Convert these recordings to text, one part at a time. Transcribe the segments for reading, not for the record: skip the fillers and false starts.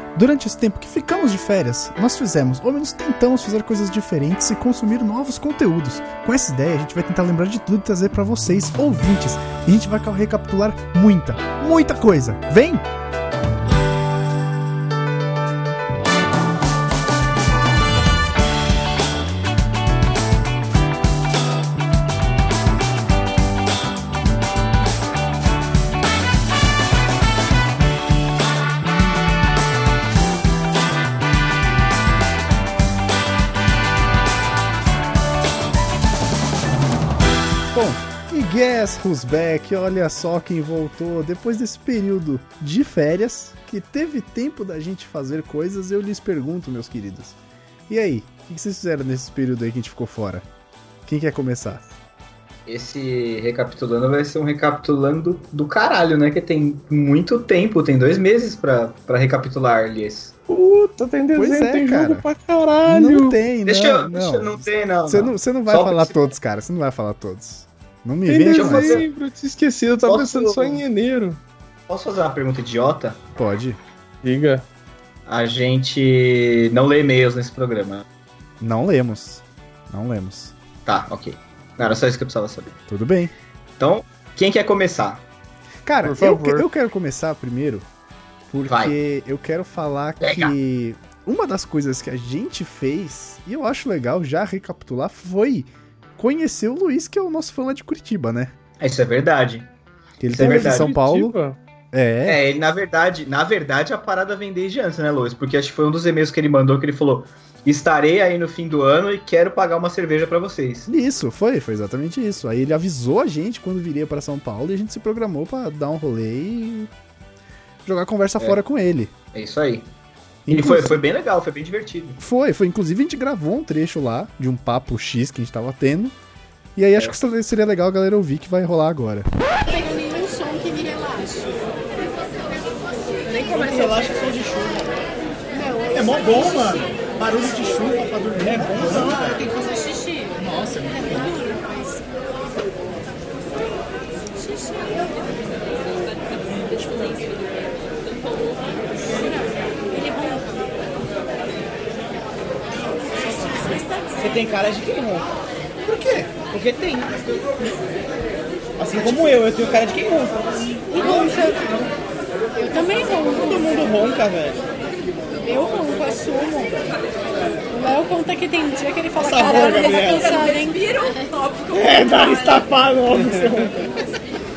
Durante esse tempo que ficamos de férias, nós fizemos, ou menos tentamos fazer coisas diferentes e consumir novos conteúdos. Com essa ideia, a gente vai tentar lembrar de tudo e trazer pra vocês, ouvintes. E a gente vai recapitular muita coisa. Vem! Guess who's back? Olha só quem voltou. Depois desse período de férias, que teve tempo da gente fazer coisas, eu lhes pergunto, meus queridos. E aí, o que vocês fizeram nesse período aí que a gente ficou fora? Quem quer começar? Esse recapitulando vai ser um recapitulando do caralho, né? Que tem muito tempo, tem 2 meses pra recapitular, aliás. Puta, tem desenho, tem cara. Jogo pra caralho. Não tem, não. Você não vai Só falar pra... todos, cara. Você não vai falar todos. Não me Tem vem desenho, eu tinha esquecido, eu tava pensando só em janeiro. Posso fazer uma pergunta idiota? Pode. Diga. A gente não lê e-mails nesse programa. Não lemos. Tá, ok. Não, era só isso que eu precisava saber. Tudo bem. Então, quem quer começar? Cara, por favor. Eu quero começar primeiro, porque eu quero falar que uma das coisas que a gente fez, e eu acho legal já recapitular, foi conhecer o Luiz, que é o nosso fã lá de Curitiba, né? Isso é verdade. Ele teve em São Paulo. Curitiba? Ele, na verdade, a parada vem desde antes, né, Luiz? Porque acho que foi um dos e-mails que ele mandou, que ele falou: estarei aí no fim do ano e quero pagar uma cerveja pra vocês. Isso, foi exatamente isso. Aí ele avisou a gente quando viria pra São Paulo e a gente se programou pra dar um rolê e jogar conversa fora com ele. É isso aí. E foi bem legal, foi bem divertido. Foi. Inclusive a gente gravou um trecho lá de um papo X que a gente tava tendo. E aí acho que seria legal a galera ouvir, que vai rolar agora. Não pega nenhum som que me relaxe. Nem começa relaxa som de chuva. Não, É mó bom, mano. Barulho de chuva pra dormir. É bom, não, eu tenho que fazer xixi. Nossa, é muito bom. Duro, mas... Xixi. Ele ronca. Você tem cara de quem ronca. Por quê? Porque tem. Assim como eu tenho cara de quem ronca. E ronca. Eu também ronco. Todo mundo ronca, velho. Eu ronco, assumo. O Léo conta que tem dia que ele fala: Essa caralho, ronca, ele tá Gabriela. cansado, hein? Nariz tapado, óbvio que você ronca.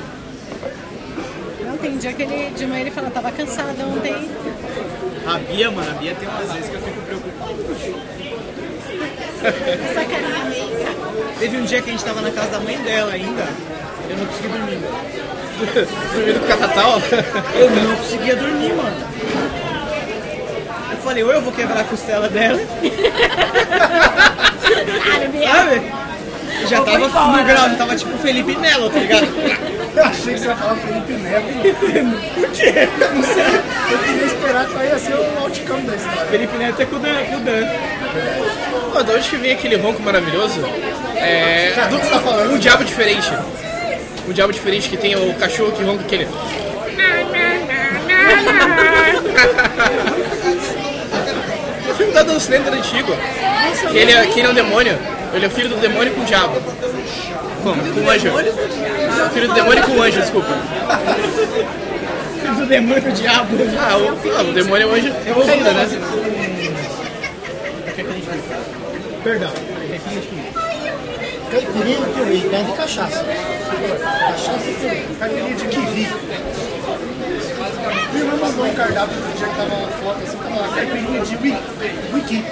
Não, tem dia que ele, de manhã ele fala: tava cansado ontem. A Bia tem umas vezes que eu fico preocupado. Essa carinha meiga. Teve um dia que a gente tava na casa da mãe dela ainda. Eu não consegui dormir. Dormindo com o Catatal? Eu não conseguia dormir, mano. Eu falei, ou eu vou quebrar a costela dela. Sabe? Já tava no grau, tava tipo Felipe Melo, tá ligado? Eu achei que você ia falar Felipe Neto. Por quê? Não sei. Eu queria esperar que ia ser o outcome da história. Felipe Neto é com o Dan. Pô, de onde que vem aquele ronco maravilhoso? Do que você tá falando? Um diabo diferente. Um diabo diferente que tem o cachorro que ronca aquele. O filme da Adam Sandler antigo. Que ele é um demônio. Ele é o filho do demônio com o diabo. Com o anjo. Filho do demônio com o anjo, desculpa. Filho do demônio com o diabo. O demônio é o anjo evoluído, né? Perdão. Caipirinha de kiwi, deve cachaça. Cachaça de kiwi. Caipirinha de kiwi. Minha irmã mandou um cardápio no dia que tava uma foto assim, tava lá, caipirinha de wiki.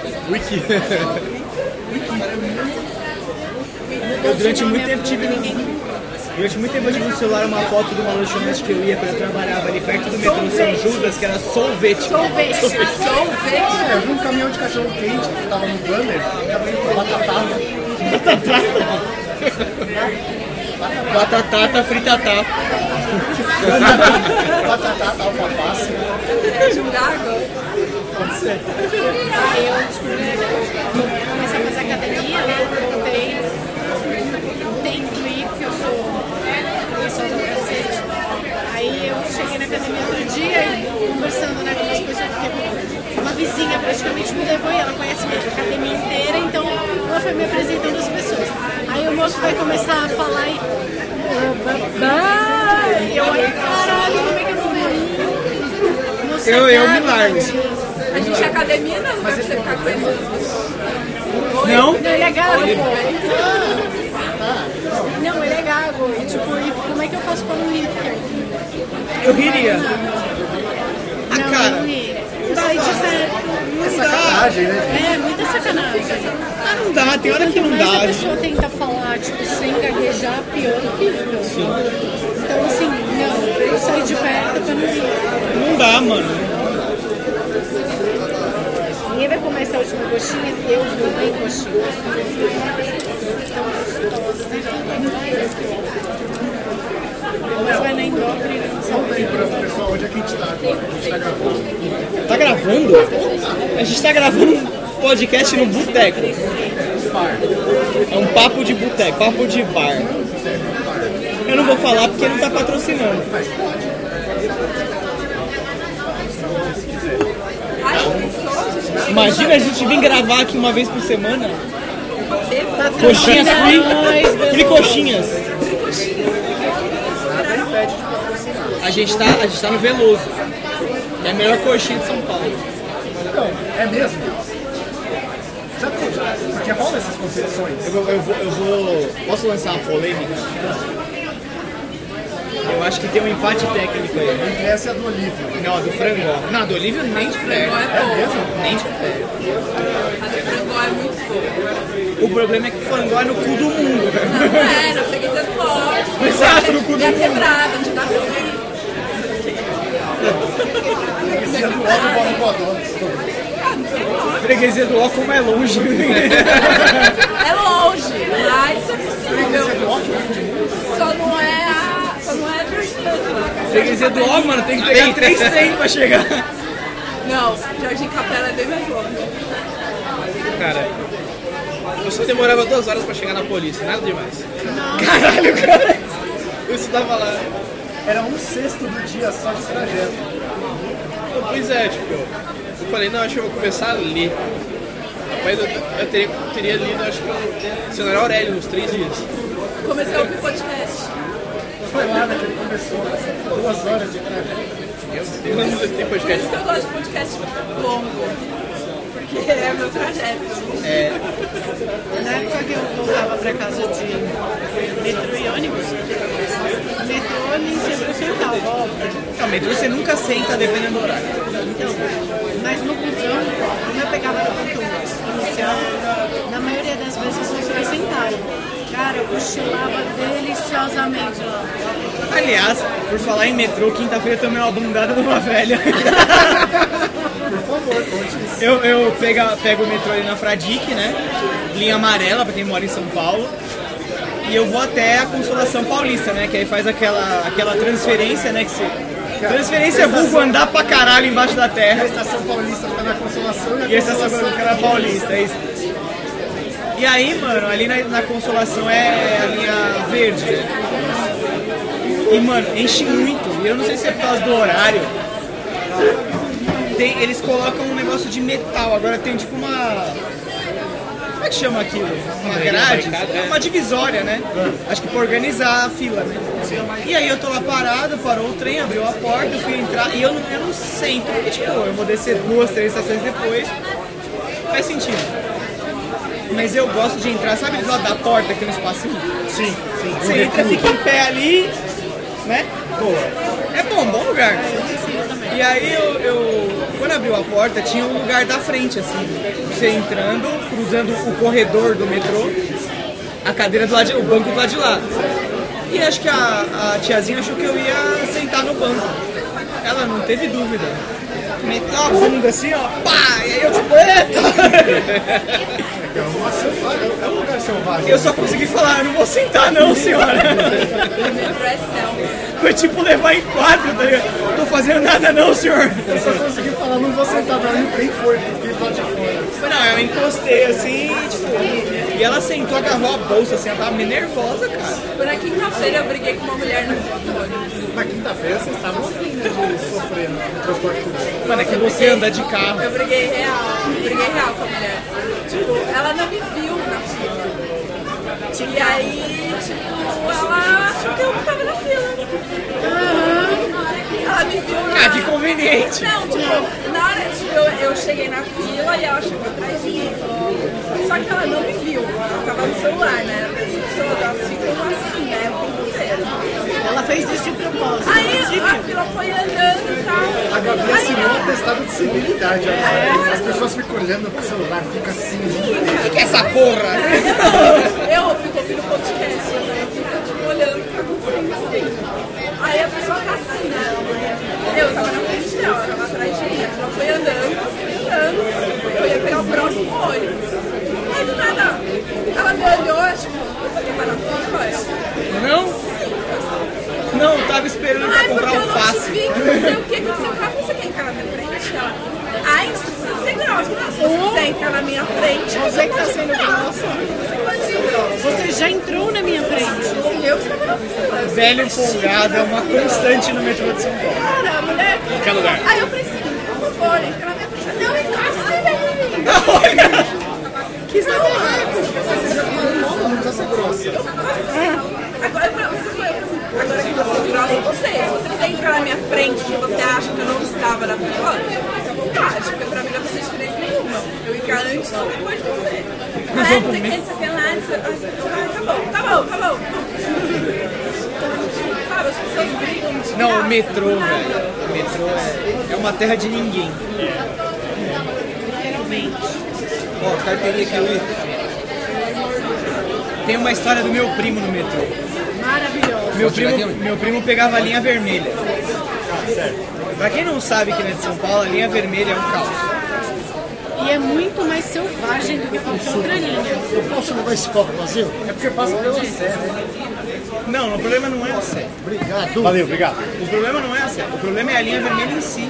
Eu durante muito tempo tive no celular uma foto de uma lanchonete que eu ia quando eu trabalhava ali perto do metrô São Judas, que era sorvete. Sorvete. Eu vi um caminhão de cachorro quente que tava no banner, tava indo pra Batatata. Batatata, fritatá. Batatata, alfaface. De um gago. Pode ser. Aí eu descobri, eu comecei a fazer academia, né? Voltei um tempo aí, porque eu sou preguiçosa do cacete. Aí eu cheguei na academia outro dia e conversando, né, com as pessoas, porque praticamente me levou e ela conhece a academia inteira, então ela foi me apresentando as pessoas. Aí o moço vai começar a falar e eu aí, caralho, como é que eu não vi? Eu me largo. A gente é academia, não lugar pra você ficar conhecendo as pessoas. Não? Não, ele é gago, pô. Não, ele é gago. E, tipo, como é que eu faço pra não rir? Eu riria. Não, cara. eu não ri. Eu saí de perto. É sacanagem, né? É, muita sacanagem. Ah, não dá, tem hora que não Mas dá. a pessoa tenta falar, tipo, sem gaguejar, pior fica. Então, assim, não, eu saí de perto pra não rir. Não dá, mano. Ninguém vai comer essa última coxinha, eu vou bem coxinha. Tão gostosa, né? Mas vai na endócrina. Ontem, pessoal, onde é que a gente tá agora? A gente tá gravando. Tá gravando? A gente tá gravando um podcast no boteco. É um papo de boteco, papo de bar. Eu não vou falar porque não tá patrocinando. Imagina a gente vir gravar aqui uma vez por semana. Coxinhas free coxinhas. A gente tá no Veloso. É a melhor coxinha de São Paulo. Não, é mesmo? Já porque rola essas competições. Eu vou. Posso lançar uma polêmica? Eu acho que tem um empate técnico aí. Entre essa e a do Olívio. Não, a do Frangó. Não, a do Olívio nem de perto. É mesmo? Nem de perto. A do Frangó é muito boa. O problema é que o Frangó é no cu do mundo. Não é, na freguesia do Ó. Exato, no cu do É mundo. quebrada, te dá frio. Freguesia do Ó do Bodó. Freguesia do Ó como é longe. É longe, mas é possível. Só não é Freguesia do Ó, mano, tem que pegar 3 trem pra chegar. Não, Jardim Capela é bem mais longe. Cara, eu só demorava 2 horas pra chegar na polícia, nada demais. Caralho, cara. Eu estudava lá. Era 1/6 do dia só de trajeto. Pois é, tipo, eu falei, não, acho que eu vou começar a ler. Mas eu teria lido, acho que o Dicionário Aurélio nos 3 dias. Comecei a ouvir podcast. Foi lá que ele começou, 2 horas de trajeto. Meu Deus, tem Por podcast. isso que eu gosto de podcast longo. Porque é meu trajeto. Na época que eu voltava pra casa de metrô e ônibus, metrô nem sempre eu sentava, óbvio. Não, metrô você nunca senta dependendo do horário. Então, mas no busão, como eu pegava no ponto inicial, na maioria das vezes você vai sentar. Cara, eu cochilava deliciosamente lá. Aliás, por falar em metrô, quinta-feira eu tomei uma bundada de uma velha. Por favor, conte isso. Eu pego o metrô ali na Fradique, né? Linha amarela, pra quem mora em São Paulo. E eu vou até a Consolação Paulista, né? Que aí faz aquela transferência, né? Transferência vulgo andar pra caralho embaixo da A terra. Estação Paulista fica na Consolação E a Estação fica na Paulista, é isso. E aí, mano, ali na Consolação é a linha verde, né? E, mano, enche muito. E eu não sei se é por causa do horário. Eles colocam um negócio de metal. Agora tem tipo uma... Como é que chama aquilo? Uma grade? Uma divisória, né? Acho que pra organizar a fila, né? E aí eu tô lá parado, parou o trem, abriu a porta, eu fui entrar. E eu não sento, porque tipo, eu vou descer 2, 3 estações depois. Faz sentido. Mas eu gosto de entrar, sabe do lado da porta, aqui no espacinho? Sim. Você entra, fica em pé ali, né? Boa. É bom lugar. E aí quando abriu a porta, tinha um lugar da frente, assim. Você entrando, cruzando o corredor do metrô, a cadeira do lado o banco do lado de lá. E acho que a tiazinha achou que eu ia sentar no banco. Ela não teve dúvida. Meteu a bunda assim, ó, pá! E aí eu tipo, eita! É um lugar selvagem. Eu só consegui falar, eu não vou sentar não, senhora. O metrô é céu. Foi tipo levar em quadro, tá ligado? Não tô fazendo nada não, senhor. Eu só consegui falar, não vou sentar não, e bem forte, fiquei lá de fora. Não, eu encostei assim, tipo, e ela sentou, agarrou a bolsa assim, ela tava meio nervosa, cara. Por na quinta-feira eu briguei com uma mulher no ônibus. Na quinta-feira vocês estavam assim, né, de sofrer no transporte público. Mano, é que você anda de carro. Eu briguei real com a mulher. Tipo, ela não me viu na fila. E aí, tipo, ela achou que eu tava na fila. Ela me viu na... Ah, que conveniente. Não, tipo, na hora, tipo, eu cheguei na fila e ela chegou atrás de mim. Só que ela não me viu. Eu tava no celular, né? As pessoas elas ficam assim, né? O tempo inteiro. Ela fez isso de propósito. Aí a fila foi andando e tal. A Gabi assinou um atestado de civilidade. As pessoas ficam olhando pro celular, fica assim. O que é essa porra? Eu fico ouvindo podcast, né? Eu fico tipo, olhando pra você assim. Aí a pessoa tá assim, né? Eu tava na frente dela, ela tava atrás de mim. Ela foi andando. Eu ia pegar o próximo ônibus. Aí do nada, ela me olhou, tipo, você que tá na fila? Não? Não, eu tava esperando pra comprar alface. Vi que não sei o que seu carro, você quer entrar na minha frente? Ela, ai, não precisa ser grossa. Se você quiser entrar na minha frente, Você que tá sendo grossa. você pode ser grossa. Você já entrou na minha frente. Eu que estava na fila. Velho folgado é uma constante no metrô de São Paulo. Cara, a mulher. Qualquer lugar. Aí eu falei assim, por favor, entra na minha frente. Não, encosta em mim. Olha! Que saber. Você já falou, não precisa ser grossa. Agora eu falei assim, agora que você é grossa, você. Se você quiser entrar na minha frente porque você acha que eu não estava na fila, fica à vontade, porque pra mim não vai ser diferença nenhuma. Eu entrar antes ou depois de você. Mas você quer sacanagem, tá bom. Sabe, as pessoas brigam de Não, o graça, metrô, do nada. velho. O metrô é uma terra de ninguém. Literalmente. Ó, carteirinha aqui. Tem uma história do meu primo no metrô. Maravilhoso. Meu primo pegava a linha vermelha. Pra quem não sabe que não é de São Paulo, a linha vermelha é um caos. E é muito mais selvagem do que qualquer outra linha. Eu posso levar esse copo vazio? É porque passa pela Sé, né? Não, o problema não é a Sé. Obrigado. Valeu, obrigado. O problema não é a Sé. O problema é a linha vermelha em si.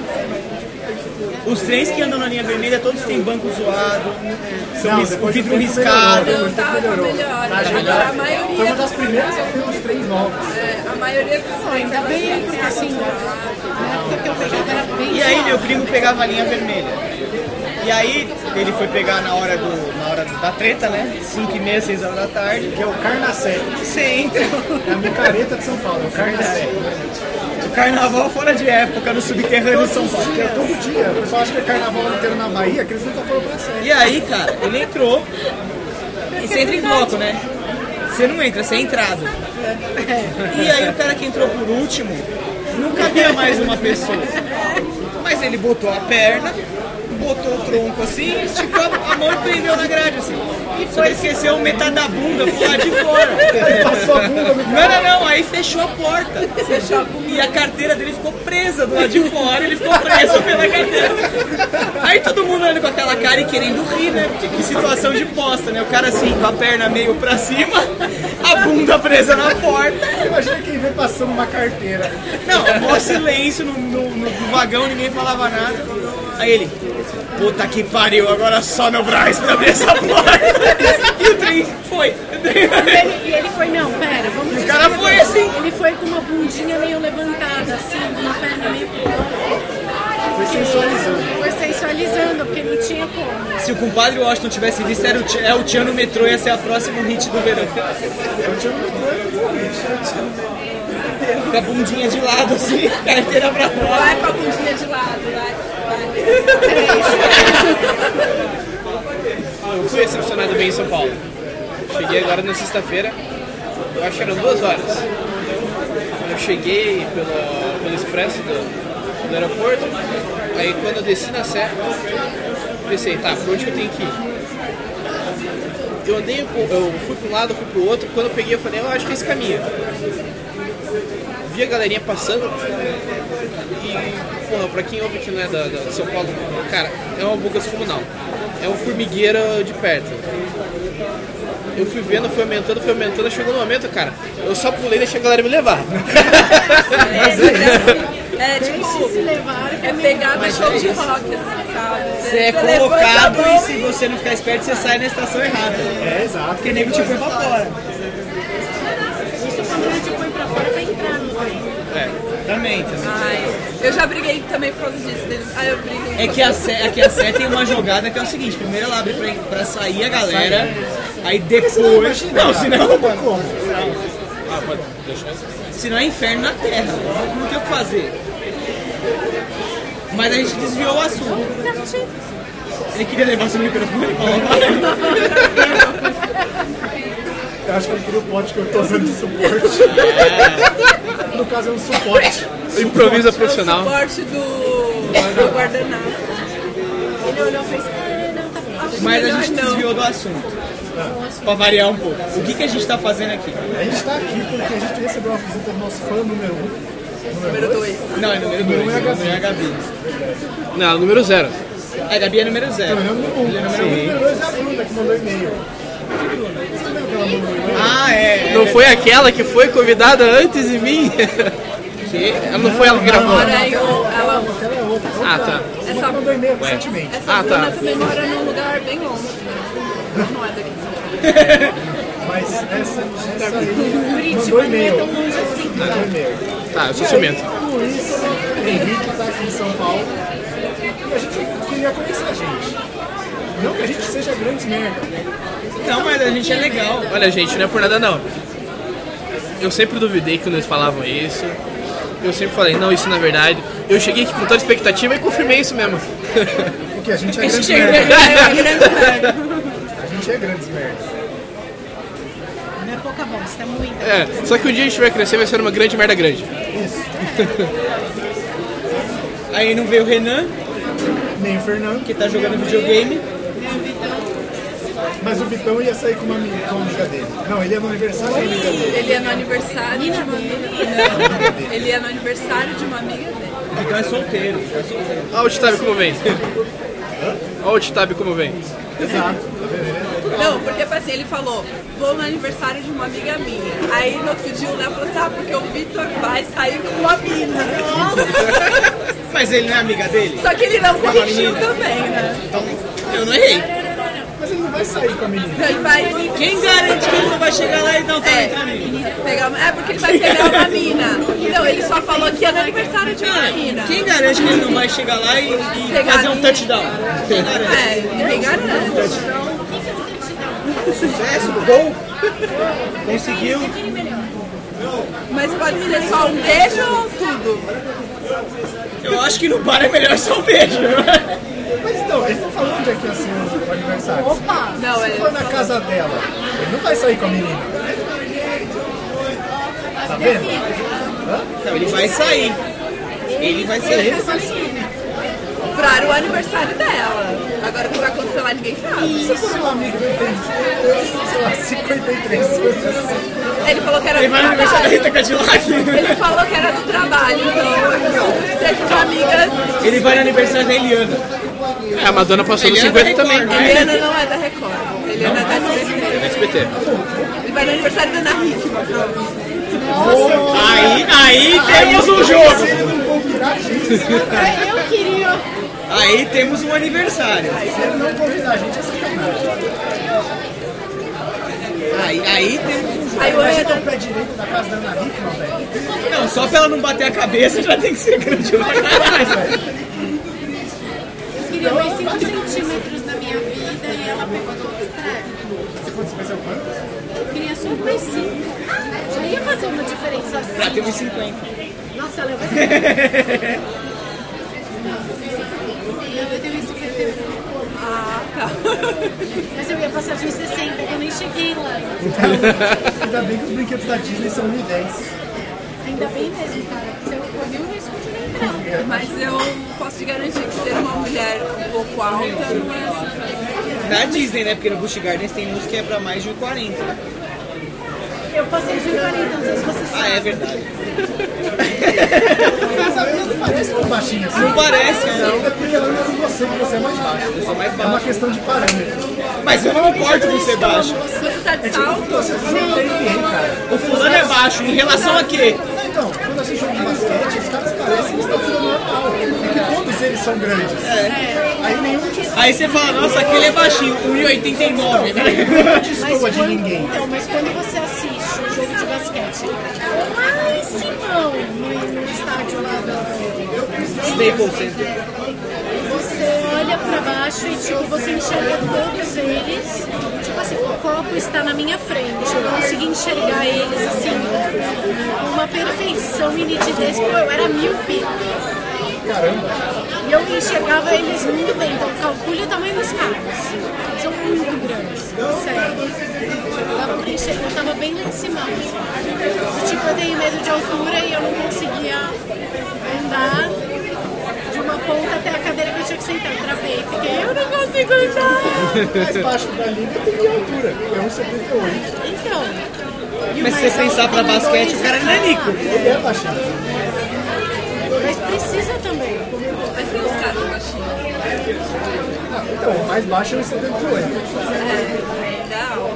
Os trens que andam na linha vermelha, todos têm banco zoado, o vidro riscado. Não, tava melhor. Agora a maioria. Foi uma das primeiras a ter os trens novos. A maioria dos Pô, ainda bem, porque assim, na época que eu pegava era bem E aí suave. meu primo pegava a linha vermelha. E aí ele foi pegar na hora da treta, né? 5h30, 6 horas da tarde. Que é o Carnacé. Você entra. É a micareta de São Paulo, é o Carnacé. O carnaval fora de época no subterrâneo de São Paulo. Que é todo dia. O pessoal acha que é carnaval inteiro na Bahia, que eles nunca foram pra Sé. E aí, cara, ele entrou. E você entra em bloco, né? Você não entra, você é entrado. E aí o cara que entrou por último, não cabia mais uma pessoa. Mas ele botou a perna, botou o tronco assim, esticou a mão e prendeu na grade assim. E foi esqueceu metade da bunda pro lado de fora. Passou a bunda no cara. Não, aí fechou a porta. E a carteira dele ficou presa do lado de fora, ele ficou preso pela carteira. Aí todo mundo olhando com aquela cara e querendo rir, né? Porque que situação de bosta, né? O cara assim, com a perna meio pra cima, a bunda presa na porta. Imagina quem vem passando uma carteira. Não, mó silêncio no vagão, ninguém falava nada. Aí ele, puta que pariu, agora só no Brás pra abrir essa porta. E o trem foi. E ele foi, não, pera, vamos O cara foi assim. Ele foi com uma bundinha meio levantada, assim, com uma perna meio... Foi sensualizando. Foi sensualizando, porque não tinha como. Se o compadre Washington tivesse visto, era o Tchan no metrô, ia ser a próxima hit do verão. Com a bundinha de lado, assim, carteira pra fora. Vai com a bundinha de lado, vai. Eu fui recepcionado bem em São Paulo. Cheguei agora na sexta-feira, eu acho que eram 2 horas. Eu cheguei pelo expresso do aeroporto, aí quando eu desci na Sé, pensei, tá, por onde que eu tenho que ir? Eu fui para um lado, fui pro outro, quando eu peguei eu falei, eu acho que é esse caminho. Vi a galerinha passando e, porra, pra quem ouve que não é de São Paulo, cara, é uma boca comunal. É um formigueiro de perto. Eu fui vendo, fui aumentando, chegou no momento, cara, eu só pulei e deixei a galera me levar. Tipo, é pegada show de rock, assim, sabe? Você é colocado e se você não ficar esperto, você sai na estação errada. É, exato. Porque nego te põe pra fora. Isso quando ele te põe pra fora pra entrar no trem. Também. Ai, eu já briguei também por causa disso. Aí eu briguei. É que a Sé tem uma jogada que é o seguinte: primeiro ela abre pra sair a galera, aí depois. Não, senão, mano. Senão é inferno na terra. Não tem o que fazer. Mas a gente desviou o assunto. Ele queria levar seu microfone e falar. Eu acho que ele queria o pote que eu tô usando de suporte. No caso é um suporte. Improvisa profissional. O suporte do guardanapo. Ele olhou e fez, não, tá bom. Mas a gente desviou do assunto. Pra variar um pouco. O que a gente tá fazendo aqui? A gente tá aqui porque a gente recebeu uma visita do nosso fã número 1. Número 2. Não, é número 2. Não é a Gabi. Não, número 0. A Gabi é número 0. Então, ele é o número 1. Ele é número O 1. número 2 é a Bruna que mandou e-mail. Você lembra que ela mandou e-mail? Ah, é. Não foi aquela que foi convidada antes de mim? Ela não foi ela que gravou? Ela Aquela é outra. Ah, tá. Ela mandou e-mail recentemente. Essa Ah, tá. Bruna também mora num lugar bem longe. Não é daqui de São Paulo. Mas essa aí Curitiba mandou não é e-mail. tão longe assim. Mandou e-mail. Tá, eu sou ciumento. O Luiz Henrique tá aqui em São Paulo. E a gente queria conhecer a gente. Não que a gente seja grandes merda. Não, mas a gente é legal. Olha, gente, não é por nada não. Eu sempre duvidei quando eles falavam isso. Eu sempre falei, não, isso não é verdade. Eu cheguei aqui com toda expectativa e confirmei isso mesmo. Porque a gente é A grandes gente é merda. É, A gente é grandes merda. Não é pouca bosta, é muita. É, só que um dia a gente vai crescer e vai ser uma grande merda grande. Isso. Aí não veio o Renan, Nem o Fernando. que tá jogando videogame. Mas o Vitão ia sair com uma amiga dele. Não, ele ia no aniversário da amiga dele. ele é no aniversário de uma amiga dele. Ele é no aniversário de uma amiga dele. Então é solteiro. Olha o Tab como vem. Olha o Tab como vem. Exato. Tá vendo? Não, porque assim, ele falou, vou no aniversário de uma amiga minha. Aí no outro dia o Léo falou assim, ah, porque o Vitor vai sair com uma mina. Mas ele não é amiga dele? Só que ele não corrigiu também, né? Então eu não errei. Mas ele não vai sair com a menina. Então ele vai... Quem garante que ele não vai chegar lá e não tá É porque ele vai pegar uma mina. Não, ele só falou que é no aniversário de uma mina. Quem garante que ele não vai chegar lá e Pegar fazer a um mina. touchdown? Quem garante? É, ninguém garante. Sucesso, gol. Conseguiu. Mas pode ser só um beijo ou tudo? Eu acho que no bar é melhor só um beijo. Mas então, ele não falou onde é que ia ser o aniversário. Opa! Não, Se ele... for na casa dela, ele não vai sair com a menina. Tá vendo? Não, ele vai sair. Ele vai sair. Ele vai sair. Para o aniversário dela. Agora o que vai acontecer lá ninguém sabe. Se for um amigo que tem, sei lá, 53 anos. Ele falou que era Ele do vai no aniversário da Rita trabalho. Cadillac. Ele falou que era do trabalho, então seja uma amiga. Ele vai no aniversário da Eliana. É, a Madonna passou dos Eliana 50 também. Record, Eliana não é da Record. Eliana é da SBT. SBT. Ele vai no aniversário da Ana Hickman. Aí temos um jogo. Se ele não convidar a gente, Eu queria. Aí temos um aniversário. se ele não convidar a gente, é sacanagem. Aí temos um jogo. Aí o Imagina Renan. o pé direito da casa da Ana Hickman, velho. Não, só pra ela não bater a cabeça já tem que ser grande pra caralho. Eu queria mais 5 centímetros na minha vida e ela pegou do contrário. Você pensou quanto? Eu queria só mais 5. Já ia fazer uma diferença assim. Já tem uns 50. Nossa, ela vai. Eu tenho isso que eu Ah, tá. Mas eu ia passar de 60, eu nem cheguei lá. Ainda bem que os brinquedos da Disney são 1,10. Ainda bem mesmo, cara. Se eu corri o risco de não entrar. Mas eu posso te garantir que ser uma mulher um pouco alta não é assim. Na Disney, né? Porque no Busch Gardens tem uns que é pra mais de 1,40. Eu passei de 40, não sei se você sabe. Ah, é verdade. Mas a menina não parece tão baixinha assim. Não parece, não. É porque ela não é com você, que você é mais baixo. Eu sou mais É uma baixo. questão de parâmetro. Mas eu não importo com ser baixo. Você tá de salto? Você não tem ninguém, cara. O fulano é baixo, em relação a quê? Então, quando a gente joga basquete, os caras parecem estatura normal. É que todos eles são grandes. Aí nenhum Aí você fala, nossa, aquele é baixinho, 1,89, né? destoa de ninguém. Então, mas quando você assiste um jogo de basquete, lá em Simão, no estádio lá do Staples Center. você olha pra baixo e tipo, você enxerga todos eles. Tipo assim, o copo está na minha frente. Eu consegui enxergar eles assim, com uma perfeição e nitidez. Pô, eu era míope. Caramba. E eu enxergava eles muito bem. Então calcule o tamanho dos caras. São muito grandes. Sério. Dava pra enxergar, eu tava bem lá em cima. Assim. Tipo, eu tenho medo de altura e eu não conseguia andar de uma ponta até a cadeira que eu tinha que sentar. Eu travei, fiquei, eu não consigo andar. O mais baixo da liga tem que altura. É 1,78. Então. e o Mas se mais você pensar alto pra tem basquete, dois, o cara não é nico. Ele é baixinho. Mas precisa também. Mas tem uns caras baixinhos. Então, o mais baixo é 1,78. Legal.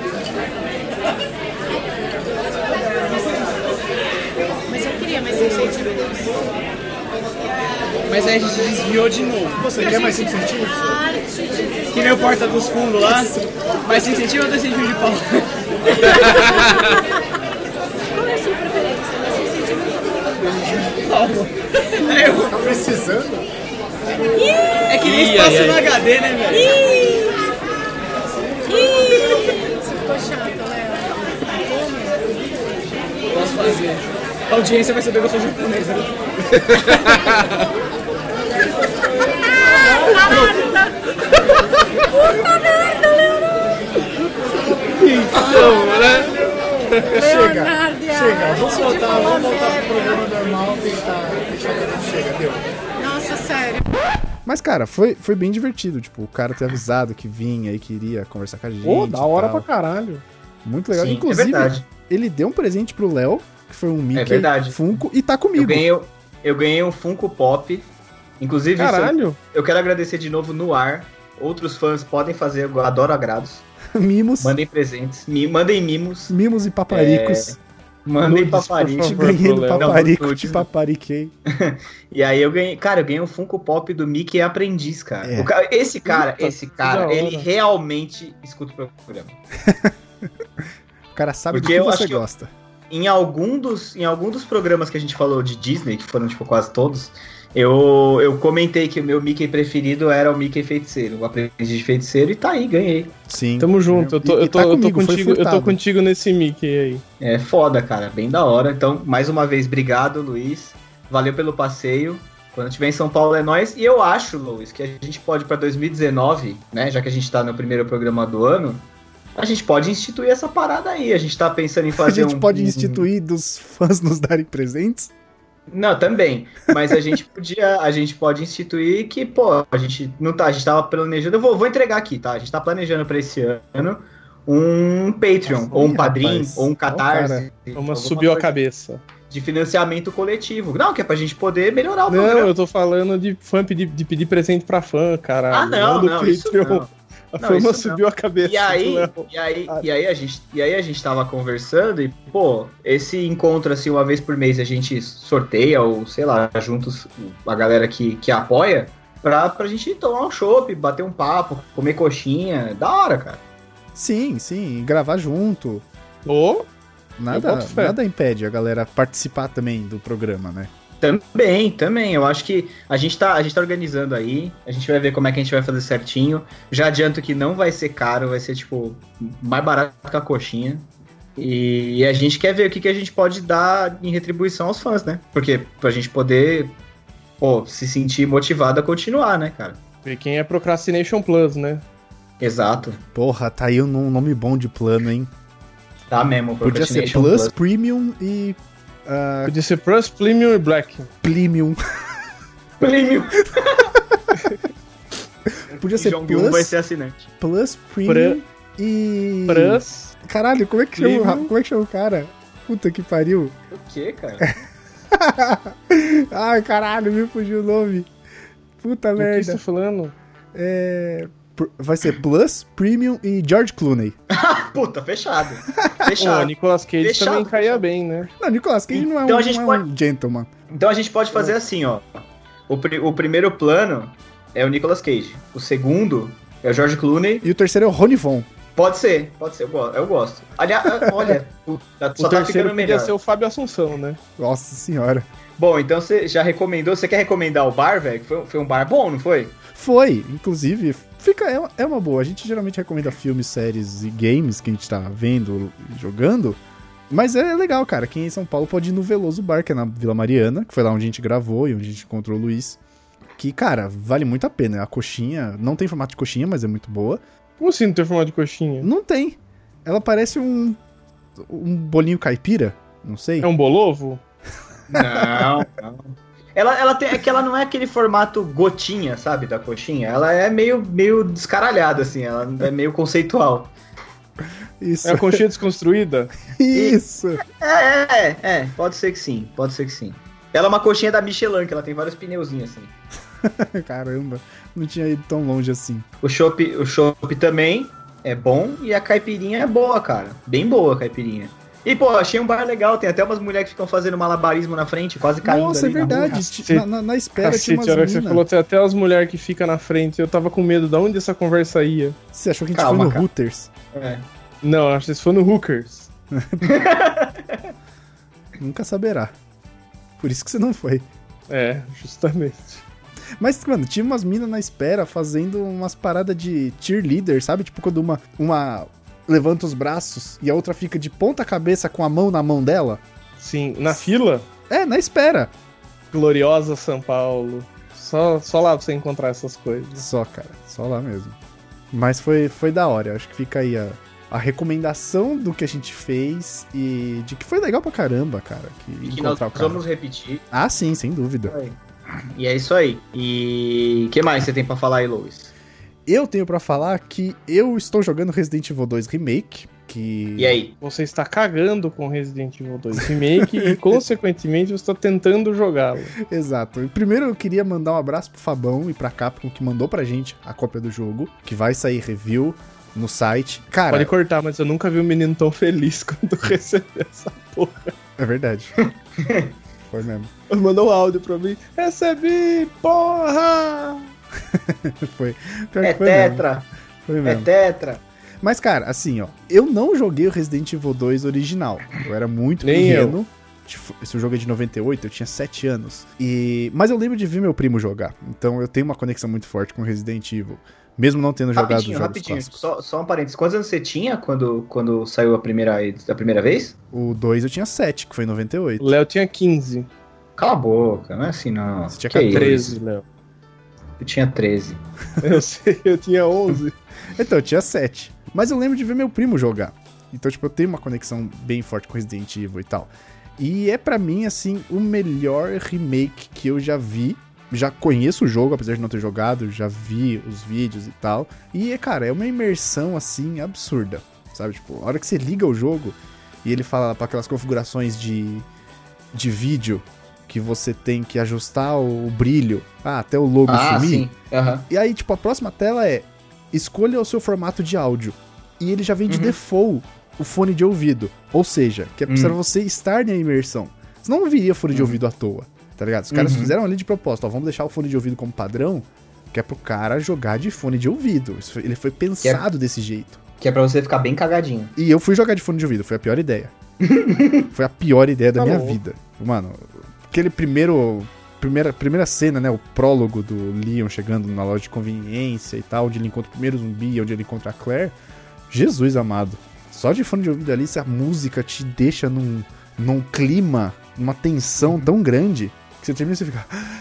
Mas eu queria mais 6 centímetros. Mas aí a gente desviou de novo. Você quer mais 5 centímetros? Arte de Que nem o Porta dos Fundos lá. Mais 5 centímetros ou 2 centímetros de pau? Qual é a sua preferência? Mais 6 centímetros? Eu. Tá precisando? É que nem espaço no HD, né, velho? Você ficou chato, Léo. Posso fazer. A audiência vai saber que eu sou japonês, né? Puta merda, Então, né? Chega. Leonardo, Chega. Vamos arte de voltar falar pro merda. programa normal. Chega, deu. Nossa, sério. Mas, cara, foi bem divertido. Tipo, o cara ter avisado que vinha e queria conversar com a gente. Pô, da hora e tal. pra caralho. Muito legal. Sim, Inclusive, é verdade. ele deu um presente pro Léo, que foi um Mickey verdade. Funko, e tá comigo. Eu ganhei um Funko Pop. Inclusive, Caralho. eu quero agradecer de novo no ar. Outros fãs podem fazer, eu adoro agrados. Mimos. Mandem presentes, mandem mimos, Mimos e paparicos. mandem Nudes, por paparicos. favor. Ganhei no Léo. paparico, Não, te papariquei. E aí eu ganhei um Funko Pop do Mickey Aprendiz, cara. É. Esse cara, Puta, que da hora. ele realmente escuta o programa. O cara sabe Porque do eu que acho você que gosta. Em algum dos programas que a gente falou de Disney, que foram tipo quase todos, eu comentei que o meu Mickey preferido era o Mickey Feiticeiro, o Aprendiz de Feiticeiro, e tá aí, ganhei. Sim. Tamo junto, E tá comigo, foi eu tô furtado. contigo nesse Mickey aí. É foda, cara, bem da hora. Então, mais uma vez, obrigado, Luiz. Valeu pelo passeio. Quando tiver em São Paulo é nóis. E eu acho, Luiz, que a gente pode pra 2019, né, já que a gente tá no primeiro programa do ano, a gente pode instituir essa parada aí. A gente tá pensando em A fazer gente pode instituir dos fãs nos darem presentes? Não, também. Mas a gente pode instituir que, pô, a gente não tá, a gente tava planejando, eu vou entregar aqui, tá? A gente tá planejando pra esse ano um Patreon, Nossa, ou um ih, Padrim, rapaz. ou um Catarse. Uma alguma subiu a coisa cabeça. de financiamento coletivo. Não, que é pra gente poder melhorar o Não, programa. eu tô falando de fã de pedir presente pra fã, caralho. Ah, não, do não, isso Patreon. não. A Não, fama isso subiu a cabeça. E aí, do Léo. e aí a gente tava conversando e, pô, esse encontro, assim, uma vez por mês a gente sorteia, ou sei lá, juntos a galera que apoia, pra gente tomar um chopp, bater um papo, comer coxinha. Da hora, cara. Sim, sim. Gravar junto. Ô, Eu Nada, boto fé. nada impede a galera participar também do programa, né? Também. Eu acho que a gente tá organizando aí. A gente vai ver como é que a gente vai fazer certinho. Já adianto que não vai ser caro, vai ser, tipo, mais barato que a coxinha. E a gente quer ver o que a gente pode dar em retribuição aos fãs, né? Porque pra gente poder, pô, se sentir motivado a continuar, né, cara? Ver quem é Procrastination Plus, né? Exato. Porra, tá aí um nome bom de plano, hein? Tá mesmo. Podia ser Procrastination Plus, Premium e Podia ser Plus, Premium e Black. Premium. Premium. Podia ser Jong-un Plus, vai ser assinante. Plus, Premium e... Plus. Caralho, como é que chama, Premium. como é que chama o cara? Puta que pariu. O quê, cara? Ai, caralho, me fugiu o nome. Puta Do que você merda. tá falando? Vai ser Plus, Premium e George Clooney. Puta, fechado. Pô, Fechado. Nicolas Cage Fechado, também caía fechado. bem, né? Não, Nicolas Cage não é Então um, a gente não é pode- um gentleman. Então a gente pode fazer assim, ó. O primeiro plano é o Nicolas Cage. O segundo é o George Clooney. E o terceiro é o Rony Von. Pode ser, eu gosto. Aliás, olha, só O tá terceiro ficando podia melhor. ser o Fábio Assunção, né? Nossa senhora. Bom, então você já recomendou? Você quer recomendar o bar, velho? Foi um bar bom, não foi? Foi, inclusive, é uma boa. A gente geralmente recomenda filmes, séries e games que a gente tá vendo e jogando. Mas é legal, cara. Quem é em São Paulo pode ir no Veloso Bar, que é na Vila Mariana, que foi lá onde a gente gravou e onde a gente encontrou o Luiz. Que, cara, vale muito a pena. A coxinha, não tem formato de coxinha, mas é muito boa. Como assim não tem formato de coxinha? Não tem. Ela parece um bolinho caipira, não sei. É um bolovo? Não. Ela tem, é que ela não é aquele formato gotinha, sabe, da coxinha. Ela é meio descaralhada, assim. Ela é meio conceitual. Isso. É a coxinha desconstruída? Isso. Pode ser que sim. Ela é uma coxinha da Michelin, que ela tem vários pneuzinhos, assim. Caramba, não tinha ido tão longe assim. O chopp também é bom e a caipirinha é boa, cara. Bem boa a caipirinha. E, pô, achei um bar legal. Tem até umas mulheres que ficam fazendo malabarismo na frente, quase caindo. Nossa, é ali na rua. verdade. Na espera tinha Cacete, a hora umas que você minas. falou, tem até as mulheres que ficam na frente. Eu tava com medo de onde essa conversa ia. Você achou que a gente Calma, foi no cara. Hooters? É. Não, acho que isso foi no Hookers. Nunca saberá. Por isso que você não foi. É, justamente. Mas, mano, tinha umas minas na espera fazendo umas paradas de cheerleader, sabe? Tipo, quando uma levanta os braços e a outra fica de ponta cabeça com a mão na mão dela. Sim, na fila, É, na espera. gloriosa São Paulo. Só lá pra você encontrar essas coisas. Só, cara. Só lá mesmo. Mas foi da hora. Acho que fica aí a recomendação do que a gente fez e de que foi legal pra caramba, cara. E que nós encontrar o cara. vamos repetir. Ah, sim, sem dúvida. E é isso aí. E o que mais você tem pra falar aí, Luiz? Eu tenho pra falar que eu estou jogando Resident Evil 2 Remake, que... E aí? Você está cagando com Resident Evil 2 Remake e, consequentemente, você está tentando jogá-lo. Exato. E primeiro eu queria mandar um abraço pro Fabão e pra Capcom, que mandou pra gente a cópia do jogo, que vai sair review no site. Cara, Pode cortar, mas eu nunca vi um menino tão feliz quando recebeu essa porra. é verdade. Foi mesmo. Mandou um áudio pra mim. Recebi, porra! Foi. Pior É que foi mesmo. tetra. Foi É mesmo. tetra. Mas, cara, assim, ó, eu não joguei o Resident Evil 2 original. Eu era muito Nem pequeno. Tipo, esse jogo é de 98, eu tinha 7 anos. Mas eu lembro de ver meu primo jogar. Então eu tenho uma conexão muito forte com Resident Evil. Mesmo não tendo jogado os jogos Rapidinho. clássicos. Só um parênteses. Quantos anos você tinha quando saiu a primeira vez? O 2 eu tinha 7, que foi em 98. O Léo tinha 15. Cala a boca, não é assim não. Você tinha Que 14. isso? 13, Léo. Eu tinha 13. Eu sei, eu tinha 11. Então, eu tinha 7. Mas eu lembro de ver meu primo jogar. Então, tipo, eu tenho uma conexão bem forte com Resident Evil e tal. E é pra mim, assim, o melhor remake que eu já vi. Já conheço o jogo, apesar de não ter jogado, já vi os vídeos e tal. E, cara, é uma imersão, assim, absurda. Sabe? Tipo, a hora que você liga o jogo e ele fala pra aquelas configurações de vídeo que você tem que ajustar o brilho, até o logo sumir. Sim. Aham. E aí, tipo, a próxima tela é escolha o seu formato de áudio. E ele já vem de default o fone de ouvido. Ou seja, que é pra você estar na imersão. Você não viria fone de ouvido à toa, tá ligado? Os caras fizeram ali de propósito, ó, vamos deixar o fone de ouvido como padrão, que é pro cara jogar de fone de ouvido. Ele foi pensado desse jeito. Que é pra você ficar bem cagadinho. E eu fui jogar de fone de ouvido, foi a pior ideia. Foi a pior ideia da minha vida. Mano, aquele primeira cena, né, o prólogo do Leon chegando na loja de conveniência e tal, onde ele encontra o primeiro zumbi, onde ele encontra a Claire. Jesus amado. Só de fone de ouvido ali, se a música te deixa num clima, numa tensão tão grande, que você termina e você fica...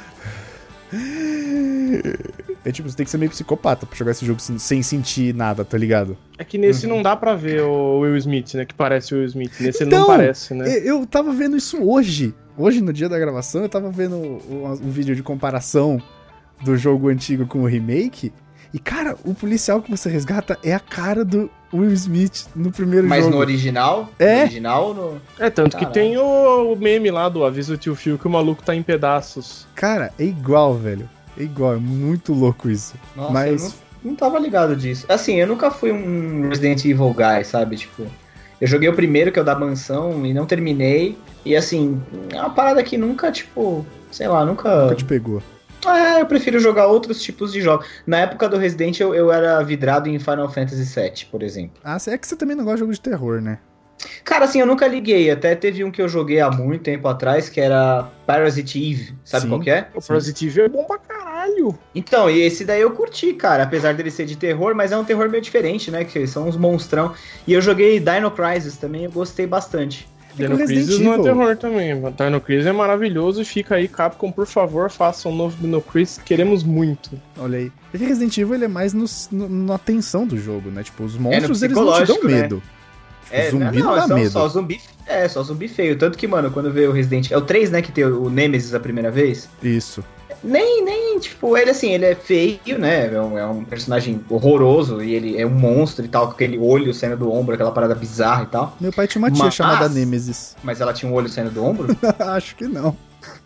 É tipo, você tem que ser meio psicopata pra jogar esse jogo sem sentir nada, tá ligado? É que nesse não dá pra ver o Will Smith, né? Que parece o Will Smith. Nesse ele Então, não parece, né? Eu tava vendo isso hoje. Hoje, no dia da gravação, eu tava vendo um vídeo de comparação do jogo antigo com o remake. E, cara, o policial que você resgata é a cara do Will Smith no primeiro Mas jogo. no original? É. No original, no... É, tanto Caralho. que tem o meme lá do Aviso do Tio Phil que o maluco tá em pedaços. Cara, é igual, velho. É igual, é muito louco isso. Nossa, Mas não tava ligado disso. Assim, eu nunca fui um Resident Evil guy, sabe? Tipo, eu joguei o primeiro, que é o da mansão, e não terminei. E assim, é uma parada que nunca, tipo, sei lá, Nunca te pegou. Eu prefiro jogar outros tipos de jogos. Na época do Resident, eu era vidrado em Final Fantasy VII, por exemplo. Ah, é que você também não gosta de jogo de terror, né? Cara, assim, eu nunca liguei. Até teve um que eu joguei há muito tempo atrás, que era Parasite Eve. Sabe Sim. qual que é? O Parasite Eve é bom pra caralho. Então, e esse daí eu curti, cara. Apesar dele ser de terror, mas é um terror meio diferente, né? Que são uns monstrão. E eu joguei Dino Crisis também, eu gostei bastante. Dino Crisis não é terror também. Dino Crisis é maravilhoso e fica aí, Capcom, por favor, faça um novo Dino Crisis, queremos muito. Olha aí. Porque Resident Evil ele é mais na tensão do jogo, né? Tipo, os monstros eles não te dão psicológico, né? medo. Zumbi não dá medo. Só zumbi feio. Tanto que, mano, quando veio o Resident... É o 3, né, que tem o Nemesis a primeira vez. Isso. Nem, tipo, ele assim, ele é feio, né? É um personagem horroroso e ele é um monstro e tal, com aquele olho saindo do ombro, aquela parada bizarra e tal. Meu pai tinha uma tia chamada Nemesis. Mas ela tinha um olho saindo do ombro? Acho que não.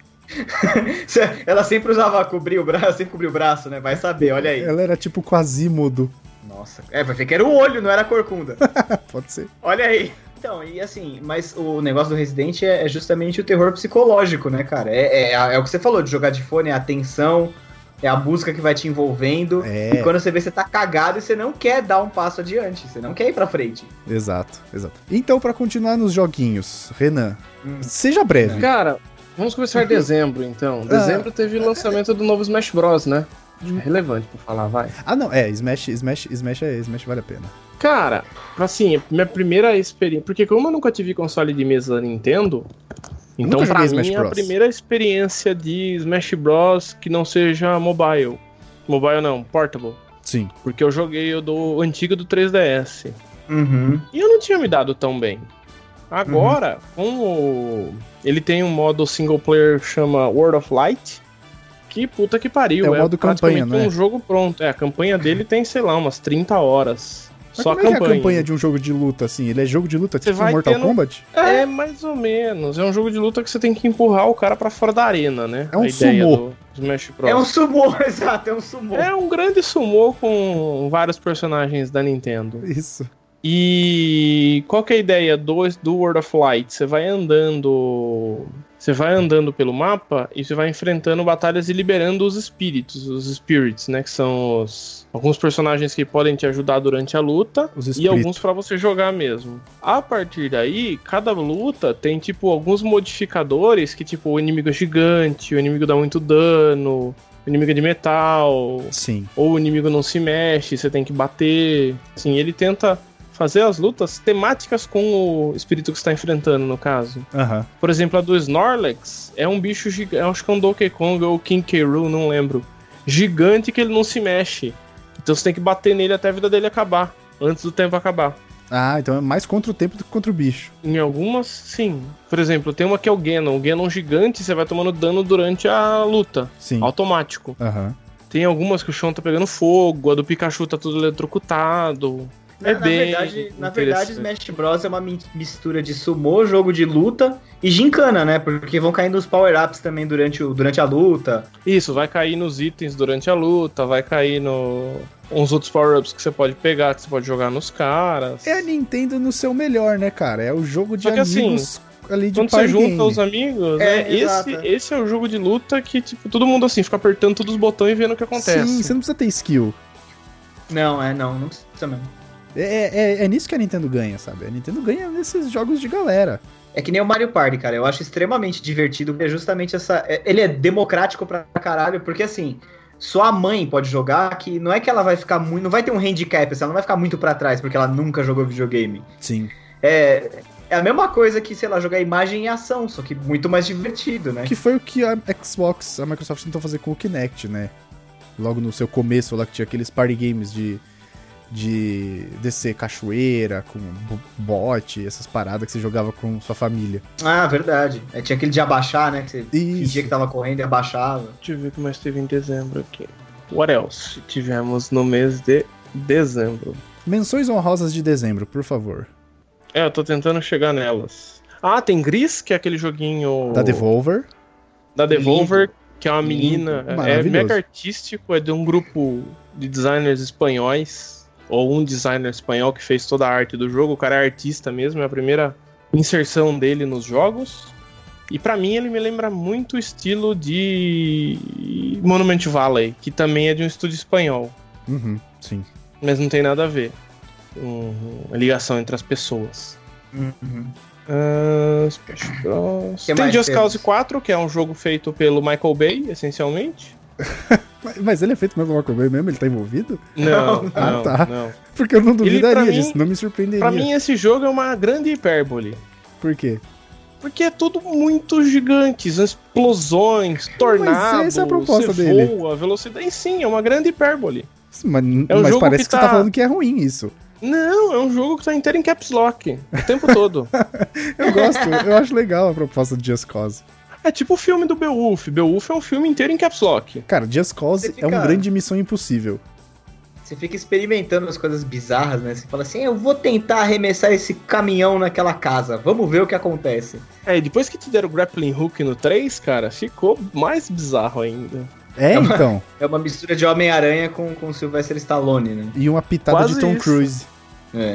Ela sempre usava cobrir o braço, né? Vai saber, olha aí. Ela era tipo Quasimodo. Nossa, vai ver que era o olho, não era a corcunda. Pode ser. Olha aí. Então, e assim, mas o negócio do Resident é justamente o terror psicológico, né, cara? É o que você falou, de jogar de fone, é a tensão, é a música que vai te envolvendo. É. E quando você vê, você tá cagado e você não quer dar um passo adiante, você não quer ir pra frente. Exato. Então, pra continuar nos joguinhos, Renan, seja breve. Cara, vamos começar dezembro, então. Dezembro teve o lançamento do novo Smash Bros, né? Acho que é relevante pra falar, vai. Ah, não, Smash vale a pena. Cara, assim, minha primeira experiência... Porque como eu nunca tive console de mesa da Nintendo, então pra mim é a primeira experiência de Smash Bros que não seja mobile. Mobile não, portable. Sim. Porque eu joguei o do antigo do 3DS. Uhum. E eu não tinha me dado tão bem. Agora, como ele tem um modo single player que chama World of Light, que puta que pariu. É o modo campanha, né? Um jogo pronto. A campanha dele tem, sei lá, umas 30 horas. Mas só como a campanha. É a campanha de um jogo de luta, assim? Ele é jogo de luta tipo Mortal Kombat? É, mais ou menos. É um jogo de luta que você tem que empurrar o cara pra fora da arena, né? É um sumô. Do Smash Bros. É um sumô, exato, é um sumô. É um grande sumô com vários personagens da Nintendo. Isso. E qual que é a ideia do World of Light? Você vai andando pelo mapa e você vai enfrentando batalhas e liberando os spirits, né? Que são alguns personagens que podem te ajudar durante a luta e alguns pra você jogar mesmo. A partir daí, cada luta tem, tipo, alguns modificadores que, tipo, o inimigo é gigante, o inimigo dá muito dano, o inimigo é de metal. Sim. Ou o inimigo não se mexe, você tem que bater. Assim, ele tenta fazer as lutas temáticas com o espírito que você está enfrentando, no caso. Uhum. Por exemplo, a do Snorlax é um bicho gigante, acho que é um Donkey Kong ou King K. Rool, não lembro. Gigante que ele não se mexe. Então você tem que bater nele até a vida dele acabar, antes do tempo acabar. Ah, então é mais contra o tempo do que contra o bicho. Em algumas, sim. Por exemplo, tem uma que é o Ganon. O Ganon gigante, você vai tomando dano durante a luta. Sim. Automático. Uhum. Tem algumas que o chão tá pegando fogo, a do Pikachu tá tudo eletrocutado. Na verdade, Smash Bros é uma mistura de sumô, jogo de luta e gincana, né? Porque vão caindo os power-ups também durante a luta. Isso, vai cair nos itens durante a luta, vai cair uns outros power-ups que você pode pegar, que você pode jogar nos caras. É a Nintendo no seu melhor, né, cara? É o jogo de amigos assim, ali de quando você junta os amigos, esse é o jogo de luta que, tipo, todo mundo assim, fica apertando todos os botões e vendo o que acontece. Sim, você não precisa ter skill. Não precisa mesmo. É nisso que a Nintendo ganha, sabe? A Nintendo ganha nesses jogos de galera. É que nem o Mario Party, cara. Eu acho extremamente divertido, porque é justamente essa... Ele é democrático pra caralho, porque assim, só a mãe pode jogar, que não é que ela vai ficar muito... Não vai ter um handicap, ela não vai ficar muito pra trás, porque ela nunca jogou videogame. Sim. É a mesma coisa que, sei lá, jogar imagem e ação, só que muito mais divertido, né? Que foi o que a Microsoft tentou fazer com o Kinect, né? Logo no seu começo, lá que tinha aqueles party games de descer cachoeira, com bote, essas paradas que você jogava com sua família. Ah, verdade. Tinha aquele de abaixar, né? Que você fingia que tava correndo e abaixava. Deixa eu ver o que mais teve em dezembro aqui. What else tivemos no mês de dezembro? Menções honrosas de dezembro, por favor. Eu tô tentando chegar nelas. Ah, tem Gris, que é aquele joguinho... Da Devolver. Da Devolver, que é uma menina, é Maravilhoso. mega artístico, é de um grupo de designers espanhóis, ou um designer espanhol que fez toda a arte do jogo. O cara é artista mesmo, é a primeira inserção dele nos jogos. E pra mim ele me lembra muito o estilo de Monument Valley, que também é de um estúdio espanhol. Sim. Mas não tem nada a ver. A ligação entre as pessoas. Tem Just Cause 4, que é um jogo feito pelo Michael Bay, essencialmente. Mas ele é feito pelo Michael Bay mesmo? Ele tá envolvido? Não, tá. não. Porque eu não duvidaria pra disso, mim- não me surpreenderia. Pra mim esse jogo é uma grande hipérbole. Por quê? Porque é tudo muito gigante, explosões, tornados, essa é a proposta você dele. voa, velocidade. E sim, é uma grande hipérbole. Mas, É um mas jogo parece que que você tá tá- falando que é ruim isso. Não, é um jogo que tá inteiro em caps lock, o tempo todo. Eu gosto, eu acho legal a proposta do Just Cause. É tipo o filme do Beowulf. Beowulf é um filme inteiro em caps lock. Cara, Just Cause Você fica- é um grande Missão Impossível. Você fica experimentando as coisas bizarras, né? Você fala assim, eu vou tentar arremessar esse caminhão naquela casa. Vamos ver o que acontece. É, e depois que te deram o grappling hook no 3, cara, ficou mais bizarro ainda. Então. É uma mistura de Homem-Aranha com Sylvester Stallone, né? E uma pitada Quase de Tom isso. Cruise. É.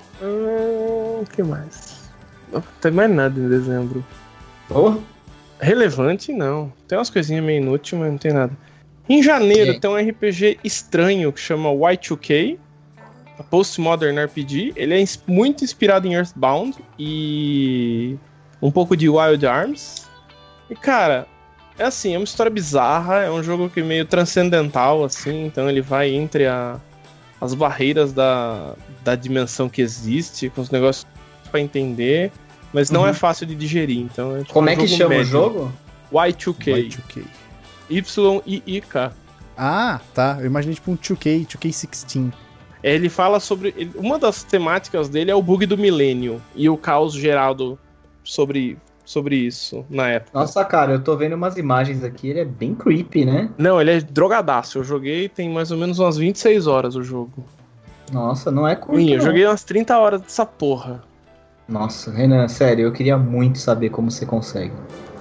O que mais? Não tem mais nada em dezembro. Oh, Relevante, não. Tem umas coisinhas meio inúteis, mas não tem nada. Em janeiro É. tem um RPG estranho que chama Y2K, a Postmodern RPG. Ele é muito inspirado em Earthbound e um pouco de Wild Arms. E, cara, é assim, é uma história bizarra, é um jogo que é meio transcendental, assim, então ele vai entre as barreiras da dimensão que existe, com os negócios pra entender, mas não é fácil de digerir, então é tipo como um é que jogo chama médio. o jogo? Y2K. Y2K. YIIK. Ah, tá. Eu imaginei tipo um 2K, 2K16. Ele fala sobre... Uma das temáticas dele é o bug do milênio e o caos gerado sobre isso na época. Nossa, cara, eu tô vendo umas imagens aqui, ele é bem creepy, né? Não, ele é drogadaço. Eu joguei tem mais ou menos umas 26 horas o jogo. Nossa, não é curto, Eu não. joguei umas 30 horas dessa porra. Nossa, Renan, sério, eu queria muito saber como você consegue.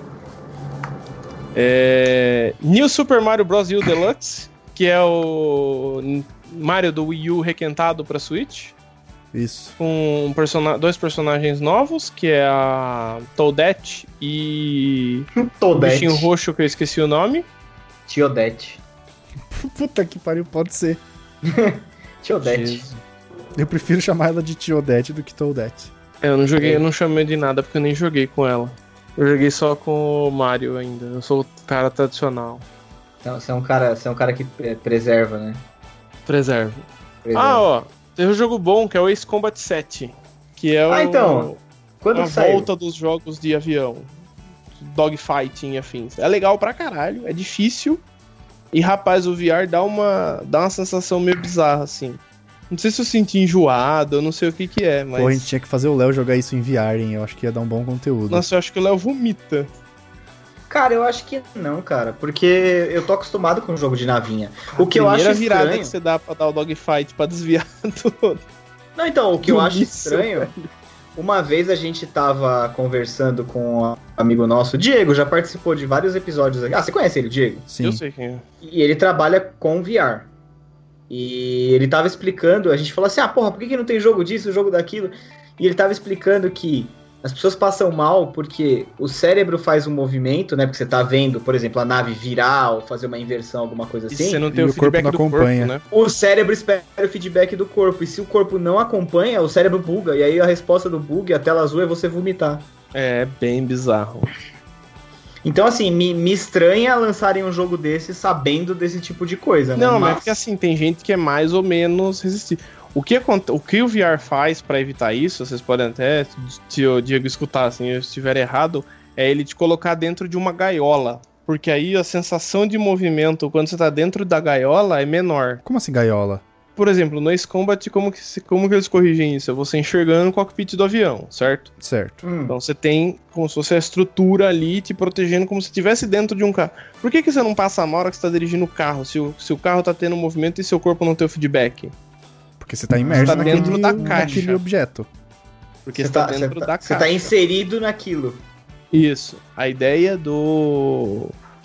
New Super Mario Bros. U Deluxe, que é o Mario do Wii U requentado pra Switch, Isso. com dois personagens novos, que é a Toadette e o Toadette. bichinho roxo que eu esqueci o nome. Tiodette. Puta que pariu, pode ser. Tiodette. Jesus. Eu prefiro chamar ela de Tiodette do que Toadette. Eu não joguei, eu não chamei de nada porque eu nem joguei com ela. Eu joguei só com o Mario ainda. Eu sou o cara tradicional. Então, você é um cara que preserva, né? Preservo. Preserva. Ah, ó. Teve um jogo bom que é o Ace Combat 7. Que é então. Quando a que saiu? volta dos jogos de avião. Dogfighting e afins. É legal pra caralho. É difícil. E, rapaz, o VR dá uma sensação meio bizarra, assim. Não sei se eu senti enjoado, eu não sei o que é, mas... Pô, a gente tinha que fazer o Léo jogar isso em VR, hein? Eu acho que ia dar um bom conteúdo. Nossa, eu acho que o Léo vomita. Cara, eu acho que não, cara. Porque eu tô acostumado com o jogo de navinha. O que eu acho Primeira virada estranho... que você dá pra dar o dogfight pra desviar tudo. Não, então, o que eu acho Isso, estranho... Uma vez a gente tava conversando com um amigo nosso, Diego, já participou de vários episódios aqui. Ah, você conhece ele, Diego? Sim. Eu sei quem é. E ele trabalha com VR. E ele tava explicando, a gente falou assim, porra, por que não tem jogo disso, jogo daquilo? E ele tava explicando que as pessoas passam mal porque o cérebro faz um movimento, né? Porque você tá vendo, por exemplo, a nave virar ou fazer uma inversão, alguma coisa E assim. você não tem E o o corpo feedback não do acompanha. corpo, né? O cérebro espera o feedback do corpo. E se o corpo não acompanha, o cérebro buga. E aí a resposta do bug, a tela azul, é você vomitar. É bem bizarro. Então, assim, me estranha lançarem um jogo desse sabendo desse tipo de coisa, né? Não, mas é porque assim, tem gente que é mais ou menos resistível. O que o VR faz pra evitar isso, vocês podem até, se o Diego escutar, assim, eu estiver errado, é ele te colocar dentro de uma gaiola. Porque aí a sensação de movimento quando você tá dentro da gaiola é menor. Como assim, gaiola? Por exemplo, no Ace Combat, como que eles corrigem isso? É você enxergando o cockpit do avião, certo? Certo. Então você tem como se fosse a estrutura ali te protegendo como se estivesse dentro de um carro. Por que você não passa mal na hora que você tá dirigindo o carro, se o carro tá tendo movimento e seu corpo não tem o feedback? Porque você tá imerso Você tá dentro da caixa. naquele objeto. Porque você tá dentro da Você caixa. tá inserido naquilo. Isso. A ideia do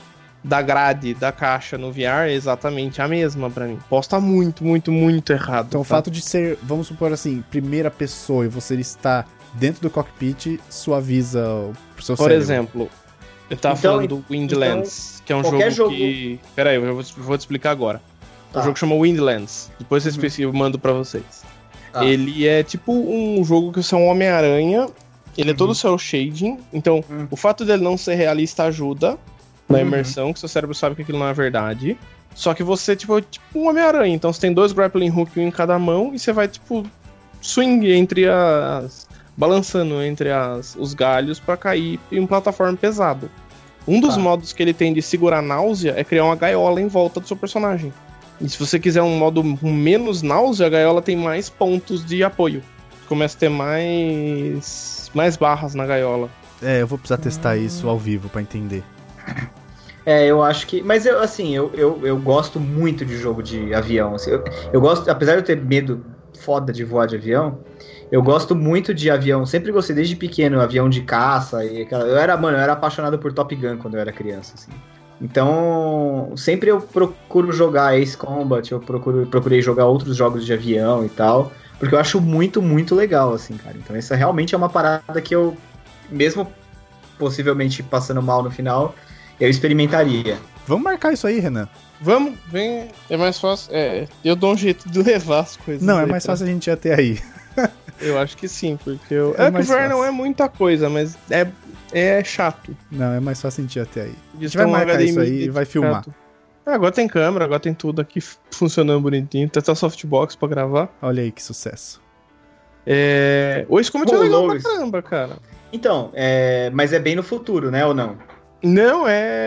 da grade da caixa no VR é exatamente a mesma pra mim. Posso estar muito, muito, muito errado. Então o fato de ser, vamos supor assim, primeira pessoa e você está dentro do cockpit suaviza pro seu Por cérebro. exemplo, eu tava Então, falando do Windlands, que é um qualquer jogo que... Pera aí, eu vou te explicar agora. Tá. O jogo chama Windlands. Depois eu mando pra vocês. Tá. Ele é tipo um jogo que você é um Homem-Aranha. Ele é todo cel shading. Então, o fato dele não ser realista ajuda na imersão, que seu cérebro sabe que aquilo não é verdade. Só que você, tipo um Homem-Aranha. Então você tem 2 grappling hook em cada mão e você vai, tipo, swing entre balançando entre os galhos pra cair em uma plataforma pesado. Um dos modos que ele tem de segurar náusea é criar uma gaiola em volta do seu personagem. E se você quiser um modo com menos náusea, a gaiola tem mais pontos de apoio. Começa a ter mais barras na gaiola. Eu vou precisar testar isso ao vivo pra entender. Eu acho que... Mas eu gosto muito de jogo de avião. Assim, eu gosto, apesar de eu ter medo foda de voar de avião, eu gosto muito de avião. Sempre gostei desde pequeno, avião de caça. Eu era apaixonado por Top Gun quando eu era criança, assim. Então, sempre eu procuro jogar Ace Combat, eu procurei jogar outros jogos de avião e tal, porque eu acho muito, muito legal, assim, cara. Então, essa realmente é uma parada que eu, mesmo possivelmente passando mal no final, eu experimentaria. Vamos marcar isso aí, Renan? Vamos, vem, é mais fácil. Eu dou um jeito de levar as coisas. Não, é mais fácil a gente ir até aí. Eu acho que sim, porque que o mais VR fácil. não é muita coisa, mas é chato. Não, é mais fácil a gente ir até aí. A gente Tem vai um marcar HDMI isso aí e vai filmar. chato. Agora tem câmera, agora tem tudo aqui funcionando bonitinho. Tem até softbox pra gravar. Olha aí que sucesso. Hoje como Pô, é legal Lois. pra caramba, cara. Então, mas é bem no futuro, né, ou não? Não,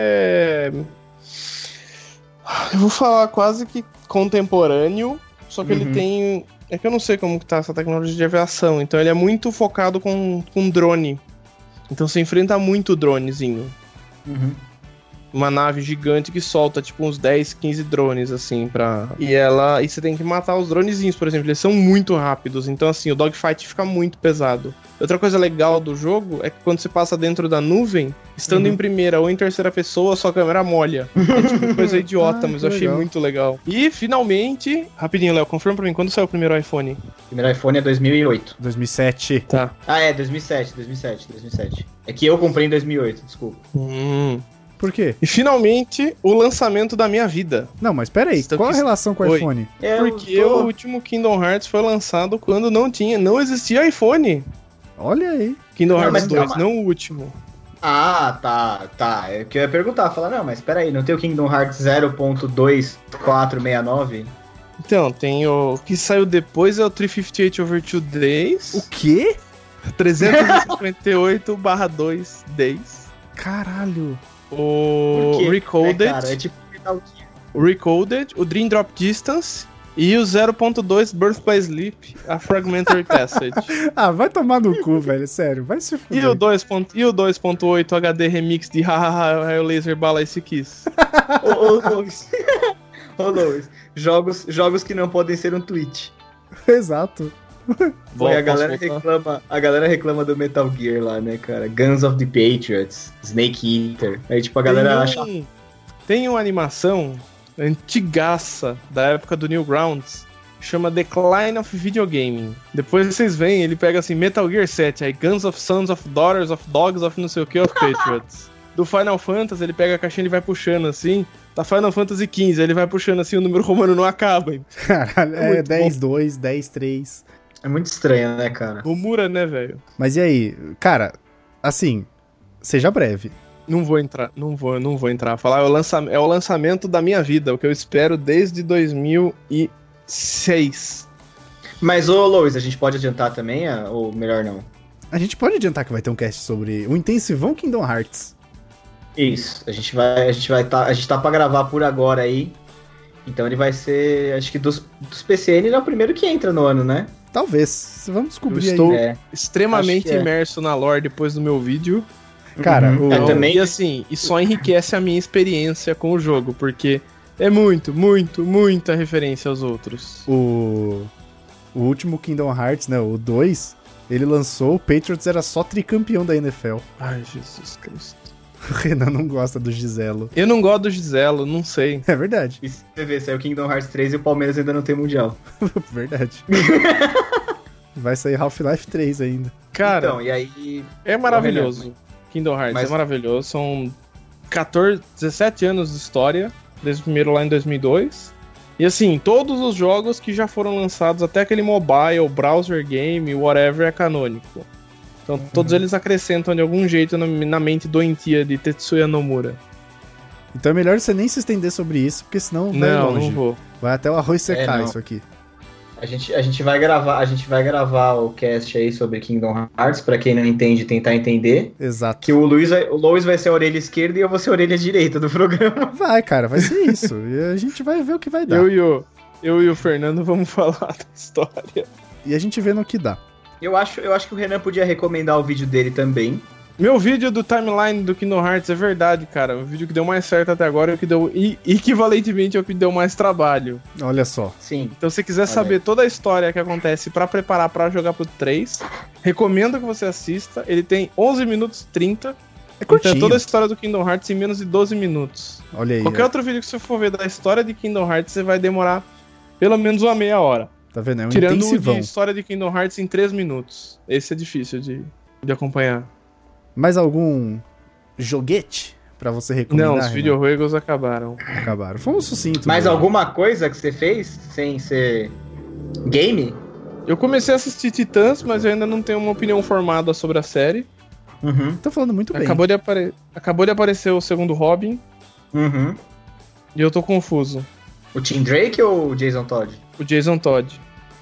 eu vou falar quase que contemporâneo, só que ele tem... É que eu não sei como que tá essa tecnologia de aviação, então ele é muito focado com drone. Então você enfrenta muito dronezinho. Uma nave gigante que solta tipo uns 10, 15 drones, assim, E você tem que matar os dronezinhos, por exemplo, eles são muito rápidos, então assim, o dogfight fica muito pesado. Outra coisa legal do jogo é que quando você passa dentro da nuvem, estando em primeira ou em terceira pessoa, sua câmera molha. É tipo coisa idiota, mas eu achei legal. muito legal. E finalmente, rapidinho, Léo, confirma pra mim, quando saiu o primeiro iPhone? O primeiro iPhone é 2008. 2007. Tá. 2007. É que eu comprei em 2008, desculpa. Por quê? E finalmente, o lançamento da minha vida. Não, mas pera aí, Então, qual a relação com o Oi. iPhone? Porque o último Kingdom Hearts foi lançado quando não existia iPhone. Olha aí. Kingdom Não, Hearts mas 2, calma. não o último. Ah, tá. É que eu ia perguntar, falar, não, mas peraí, não tem o Kingdom Hearts 0.2469? Então, tem o que saiu depois, é o 358 over 2 Days. O quê? 358/2 Days. Caralho. O Por quê, Recoded, né, cara? É tipo Metal Gear. o Recoded, o Dream Drop Distance e o 0.2 Birthplace Sleep, a Fragmentary Passage. Ah, vai tomar no cu, velho, sério. Vai se fuder. E o 2.8 HD Remix de Hahaha Raio Laser Bala Ice Kiss. Ô, Lois. Ô, Lois. Jogos que não podem ser um tweet. Exato. Pô, e a Posso galera reclama do Metal Gear lá, né, cara? Guns of the Patriots, Snake Eater. Aí, tipo, a galera acha... Tem uma animação antigaça da época do Newgrounds, chama Decline of Videogaming. Depois vocês veem, ele pega assim, Metal Gear 7, aí Guns of Sons of Daughters of Dogs of não sei o que, of Patriots. Do Final Fantasy, ele pega a caixinha e ele vai puxando assim. Da Final Fantasy XV, ele vai puxando assim, o número romano não acaba. Hein? Caralho, é muito 10-2, 10-3. É muito estranho, né, cara? O Mura, né, velho? Mas e aí? Cara, assim, seja breve. Não vou entrar. Falar, é o lançamento da minha vida, o que eu espero desde 2006. Mas, ô, Lois, a gente pode adiantar também, ou melhor não? A gente pode adiantar que vai ter um cast sobre o intensivão Kingdom Hearts. Isso, a gente tá pra gravar por agora aí. Então ele vai ser, acho que dos PCN ele é o primeiro que entra no ano, né? Talvez. Vamos descobrir Eu estou aí. extremamente acho que é. imerso na lore depois do meu vídeo. Cara, Eu também. E assim, e só enriquece a minha experiência com o jogo, porque é muita referência aos outros. o último Kingdom Hearts, né, o 2, ele lançou, o Patriots era só tricampeão da NFL. Ai, Jesus Cristo. O Renan não gosta do Giselo. Eu não gosto do Giselo, não sei. É verdade. E você vê, saiu Kingdom Hearts 3 e o Palmeiras ainda não tem Mundial. Verdade. Vai sair Half-Life 3 ainda. Cara, Então, e aí... é maravilhoso. Kingdom Hearts é maravilhoso. São 17 anos de história, desde o primeiro lá em 2002. E assim, todos os jogos que já foram lançados, até aquele mobile, browser game, whatever, é canônico. Então todos eles acrescentam de algum jeito na mente doentia de Tetsuya Nomura. Então é melhor você nem se estender sobre isso, porque senão vai longe. Não vou. Vai até o arroz secar não. isso aqui. A gente vai gravar o cast aí sobre Kingdom Hearts, pra quem não entende, tentar entender. Exato. Que o Luiz vai ser a orelha esquerda e eu vou ser a orelha direita do programa. Vai, cara, vai ser isso. E a gente vai ver o que vai dar. Eu e o Fernando vamos falar da história. E a gente vê no que dá. Eu acho que o Renan podia recomendar o vídeo dele também. Meu vídeo do timeline do Kingdom Hearts é verdade, cara. O vídeo que deu mais certo até agora é o que deu equivalentemente é o que deu mais trabalho. Olha só. Sim. Então, se quiser saber toda a história que acontece pra preparar pra jogar pro 3, recomendo que você assista. Ele tem 11 minutos 30. É curtinho. Então, toda a história do Kingdom Hearts em menos de 12 minutos. Olha aí. Qualquer outro vídeo que você for ver da história de Kingdom Hearts, você vai demorar pelo menos uma meia hora. Tá vendo? É um Tirando intensivão. a história de Kingdom Hearts em 3 minutos. Esse é difícil de acompanhar. Mais algum joguete pra você recomendar? Não, os Renan? videojuegos acabaram. Acabaram. Fomos sucintos. Mais né? alguma coisa que você fez sem ser game? Eu comecei a assistir Titãs, mas eu ainda não tenho uma opinião formada sobre a série. Uhum. Tá falando muito bem. Acabou de aparecer o segundo Robin Uhum. e eu tô confuso. O Tim Drake ou o Jason Todd? O Jason Todd.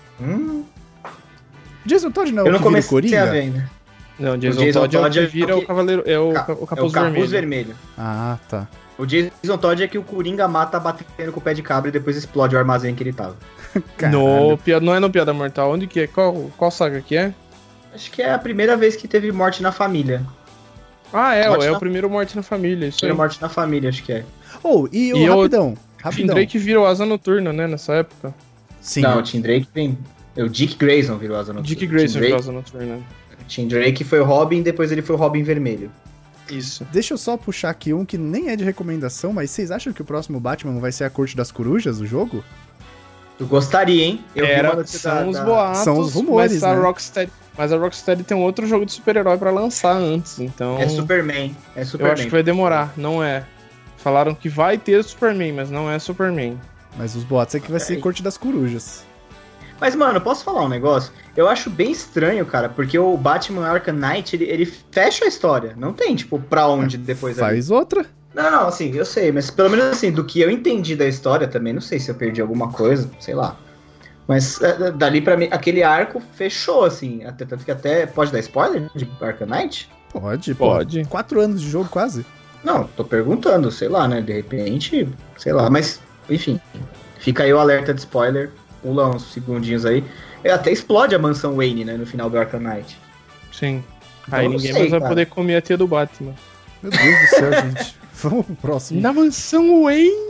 Jason Todd não é Eu o não que vira o comecei Coringa? a ver ainda. Não, Jason Jason Todd é o Todd que é vira o o que- Cavaleiro. É o Capuz Vermelho. Vermelho. Ah, tá. O Jason Todd é que o Coringa mata batendo com o pé de cabra e depois explode o armazém que ele tava. Caralho. Não é no Piada Mortal. Onde que é? Qual saga que é? Acho que é a primeira vez que teve morte na família. Ah, Morte é na- o primeiro Morte na Família. Isso aí. Primeira morte na família, acho que é. Oh, E rapidão. Tim Rapidão. Drake virou Asa Noturna, né, nessa época. Sim. Não, o Tim Drake vem. O Dick Grayson virou Asa Noturna. Dick Grayson Tim virou Drake, Asa Noturna. Tim Drake foi o Robin, depois ele foi o Robin Vermelho. Isso. Deixa eu só puxar aqui um que nem é de recomendação, mas vocês acham que o próximo Batman vai ser a Corte das Corujas, o jogo? Eu gostaria, hein? Eu vi uma notícia São os da- boatos, São os rumores, mas a né? Rocksteady tem um outro jogo de super-herói pra lançar antes, então É Superman. É eu Superman. acho que vai demorar, não é. Falaram que vai ter Superman, mas não é Superman. Mas os boatos é que vai ser Corte das Corujas. Mas, mano, posso falar um negócio? Eu acho bem estranho, cara, porque o Batman Arkham Knight, ele fecha a história. Não tem, tipo, pra onde depois ali. Faz outra? Não, assim, eu sei, mas pelo menos assim, do que eu entendi da história também, não sei se eu perdi alguma coisa, sei lá. Mas dali pra mim, aquele arco fechou, assim, tanto que até pode dar spoiler de Arkham Knight? Pode. 4 anos de jogo quase. Não, tô perguntando, sei lá, né, de repente, sei lá, mas, enfim, fica aí o alerta de spoiler, pula uns segundinhos aí, até explode a mansão Wayne, né, no final do Arkham Knight. Sim. Então, Aí eu não ninguém sei, mais vai cara. poder comer a tia do Batman. Meu Deus do céu, gente. Vamos pro próximo. Na mansão Wayne.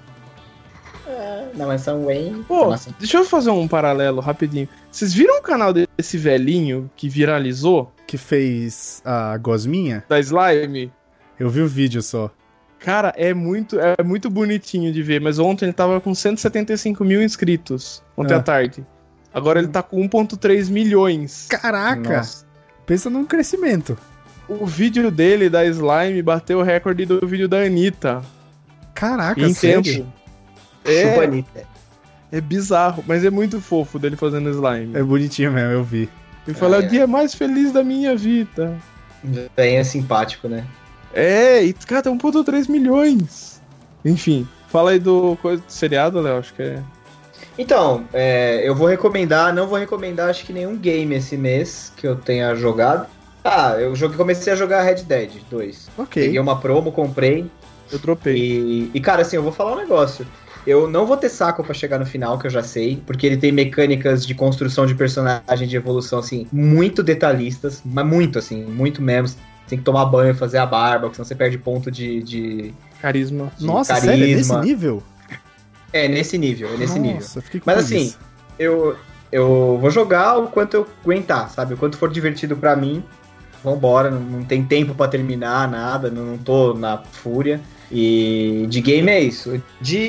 Na mansão Wayne... Pô, Nossa. deixa eu fazer um paralelo rapidinho. Vocês viram o canal desse velhinho que viralizou? Que fez a gosminha? Da Slime? Eu vi o vídeo só. Cara, é muito bonitinho de ver, mas ontem ele tava com 175 mil inscritos, ontem à tarde. Agora ele tá com 1,3 milhões. Caraca! Nossa. Pensa num crescimento. O vídeo dele, da Slime, bateu o recorde do vídeo da Anitta. Caraca, Em sério? tempo. Chupa Anitta. É bizarro, mas é muito fofo dele fazendo slime. É bonitinho mesmo, eu vi. Ele fala, é o dia mais feliz da minha vida. Bem é simpático, né? É, e cara, tem 1,3 milhões. Enfim, fala aí do seriado, Léo, acho que é... Então, eu vou recomendar, não vou recomendar acho que nenhum game esse mês que eu tenha jogado. Comecei a jogar Red Dead 2. Ok. Peguei uma promo, comprei. Eu dropei. E cara, assim, eu vou falar um negócio. Eu não vou ter saco pra chegar no final, que eu já sei, porque ele tem mecânicas de construção de personagem, de evolução, assim, muito detalhistas, mas muito, assim, muito mesmo. Você tem que tomar banho, fazer a barba, porque senão você perde ponto de Carisma. Nossa, carisma. sério? É nesse nível? É nesse nível, nível. Nossa, eu fiquei com Mas preguiça. assim, eu vou jogar o quanto eu aguentar, sabe? O quanto for divertido pra mim. vambora, não tem tempo pra terminar nada, não tô na fúria. E de game é isso.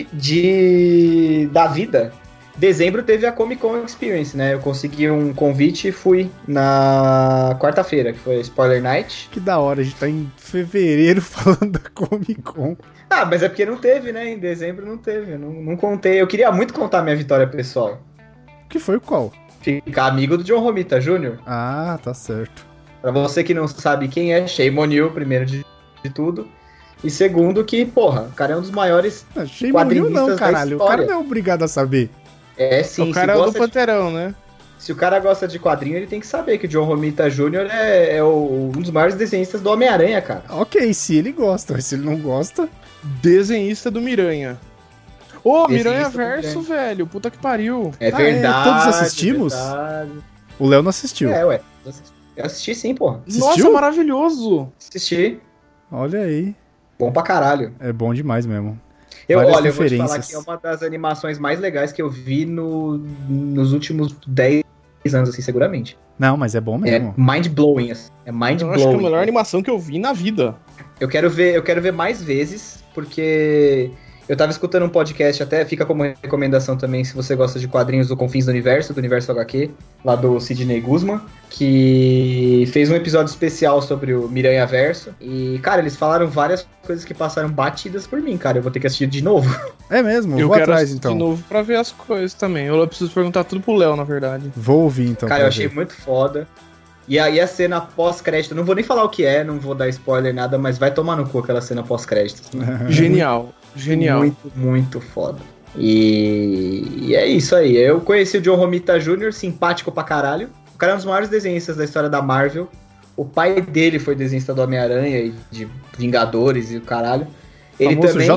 Da vida, dezembro teve a Comic Con Experience, né? Eu consegui um convite e fui na quarta-feira, que foi Spoiler Night. Que da hora, a gente tá em fevereiro falando da Comic Con. Ah, mas é porque não teve, né? Em dezembro não teve, eu não contei. Eu queria muito contar minha vitória pessoal. Que foi qual? Ficar amigo do John Romita Jr. Ah, tá certo. Pra você que não sabe quem é, Shame on you, primeiro de tudo. E segundo que, porra, o cara é um dos maiores quadrinistas não, caralho. O cara não é obrigado a saber. É sim. O cara é o do Panterão, né? Se o cara gosta de quadrinho, ele tem que saber que o John Romita Jr. é um dos maiores desenhistas do Homem-Aranha, cara. Ok, se ele gosta, mas se ele não gosta... Desenhista do Miranha. Ô, Miranha Verso, velho. Puta que pariu. É verdade. Todos assistimos? Verdade. O Léo não assistiu. Ué. Eu assisti sim, porra. Nossa, Assistiu? Maravilhoso. Assisti. Olha aí. Bom pra caralho. É bom demais mesmo. Eu vou te falar que é uma das animações mais legais que eu vi nos últimos 10 anos, assim, seguramente. Não, mas é bom mesmo. É mind-blowing, assim. É mind-blowing. Eu acho que é a melhor animação que eu vi na vida. Eu quero ver mais vezes, porque eu tava escutando um podcast, até fica como recomendação também, se você gosta de quadrinhos do Confins do Universo HQ, lá do Sidney Guzman, que fez um episódio especial sobre o Miranha Verso. E, cara, eles falaram várias coisas que passaram batidas por mim, cara. Eu vou ter que assistir de novo. É mesmo? Eu vou quero atrás, assistir então. de novo pra ver as coisas também. Eu preciso perguntar tudo pro Léo, na verdade. Vou ouvir, então. Cara, eu achei muito foda. E aí a cena pós-crédito, não vou nem falar o que é, não vou dar spoiler nada, mas vai tomar no cu aquela cena pós-crédito. Genial. Muito, muito foda. E é isso aí. Eu conheci o John Romita Jr., simpático pra caralho. O cara é um dos maiores desenhistas da história da Marvel. O pai dele foi desenhista do Homem-Aranha e de Vingadores e o caralho. Ele também...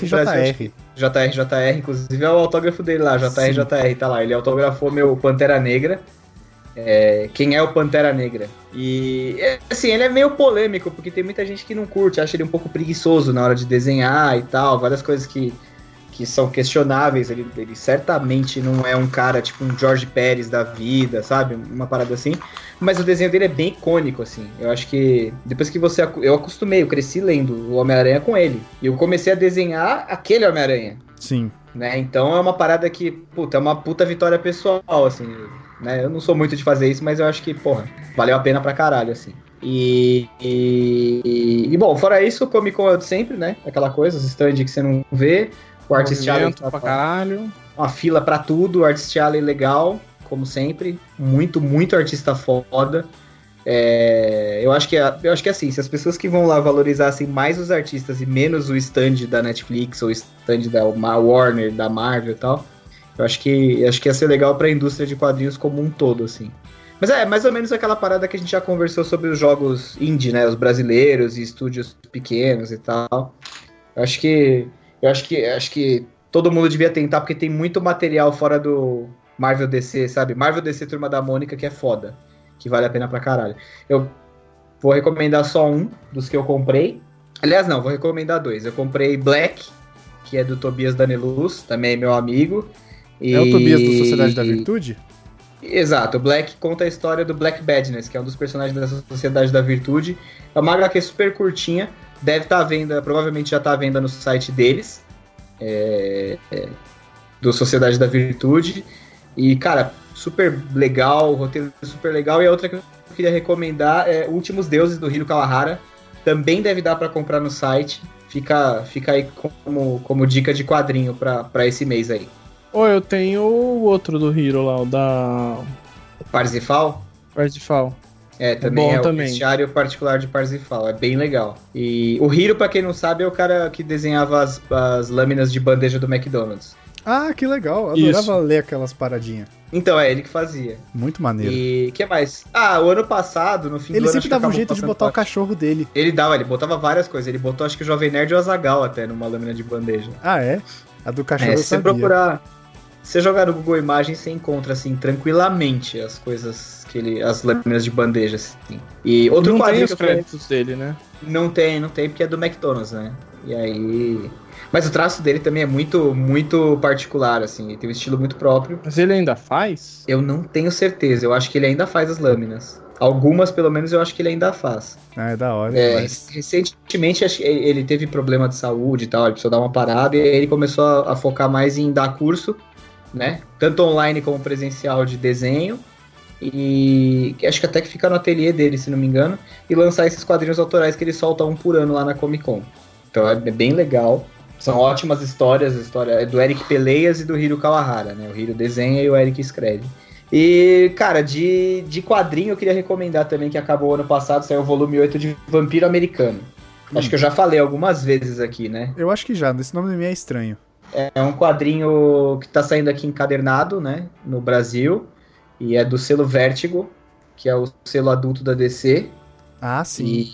JR, inclusive é o autógrafo dele lá, JR, tá lá. Ele autografou meu Pantera Negra. Quem é o Pantera Negra? E, assim, ele é meio polêmico, porque tem muita gente que não curte, acha ele um pouco preguiçoso na hora de desenhar e tal, várias coisas que são questionáveis. Ele certamente não é um cara tipo um George Pérez da vida, sabe? Uma parada assim. Mas o desenho dele é bem icônico, assim. Eu acho que depois que eu acostumei, eu cresci lendo o Homem-Aranha com ele. E eu comecei a desenhar aquele Homem-Aranha. Sim. Né? Então é uma parada que, puta, é uma puta vitória pessoal, assim, né? Eu não sou muito de fazer isso, mas eu acho que, porra, valeu a pena pra caralho, assim. E bom, fora isso, o Comic Con é de sempre, né? Aquela coisa, os stands que você não vê, o Artist Alley pra caralho. Uma fila pra tudo, o Artist Alley legal, como sempre, muito, muito artista foda. Eu acho que assim, se as pessoas que vão lá valorizassem mais os artistas e menos o stand da Netflix ou o stand da Warner, da Marvel e tal, eu acho que ia ser legal pra indústria de quadrinhos como um todo, assim. Mas é mais ou menos aquela parada que a gente já conversou sobre os jogos indie, né, os brasileiros e estúdios pequenos e tal. Eu acho que todo mundo devia tentar, porque tem muito material fora do Marvel DC, sabe? Marvel DC Turma da Mônica, que é foda, que vale a pena pra caralho. Eu vou recomendar só um dos que eu comprei. Aliás, não, vou recomendar dois. Eu comprei Black, que é do Tobias Daneluz, também é meu amigo. É o Tobias do Sociedade da Virtude? Exato, o Black conta a história do Black Badness, que é um dos personagens da Sociedade da Virtude. É uma HQ super curtinha, deve estar à venda, provavelmente já está à venda no site deles, do Sociedade da Virtude. E, cara, super legal, roteiro super legal. E a outra que eu queria recomendar é Últimos Deuses, do Hiro Kawahara. Também deve dar para comprar no site. Fica aí como dica de quadrinho para esse mês aí. Eu tenho o outro do Hiro lá, o da... Parzifal? Parzifal. Também bom é também. O Bestiário Particular de Parzifal, é bem legal. E o Hiro, pra quem não sabe, é o cara que desenhava as lâminas de bandeja do McDonald's. Ah, que legal, adorava ler aquelas paradinhas. Então, ele que fazia. Muito maneiro. E o que mais? O ano passado, no fim do ano... Ele sempre dava um jeito de botar o cachorro dele. Ele botava várias coisas. Ele botou, acho que o Jovem Nerd e o Azaghal até, numa lâmina de bandeja. Ah, é? A do cachorro eu se você procurar... Se você jogar no Google Imagens, você encontra, assim, tranquilamente as coisas as lâminas de bandeja, assim. E outro não quadrinho tem os créditos dele, né? Não tem, porque é do McDonald's, né? E aí... Mas o traço dele também é muito, muito particular, assim. Ele tem um estilo muito próprio. Mas ele ainda faz? Eu não tenho certeza. Eu acho que ele ainda faz as lâminas. Algumas, pelo menos, eu acho que ele ainda faz. É da hora. Recentemente, acho que ele teve problema de saúde e tal, ele precisou dar uma parada, e aí ele começou a focar mais em dar curso, né? Tanto online como presencial de desenho. E acho que até que fica no ateliê dele, se não me engano, e lançar esses quadrinhos autorais que ele solta um por ano lá na Comic Con. Então é bem legal. São ótimas histórias, a história do Eric Peleias e do Hiro Kawahara, né? O Hiro desenha e o Eric escreve. E, cara, de quadrinho eu queria recomendar também, que acabou ano passado, saiu o volume 8 de Vampiro Americano. Acho que eu já falei algumas vezes aqui, né? Eu acho que já, esse nome me é estranho. É um quadrinho que tá saindo aqui encadernado, né? No Brasil. E é do selo Vértigo, que é o selo adulto da DC. Ah, sim.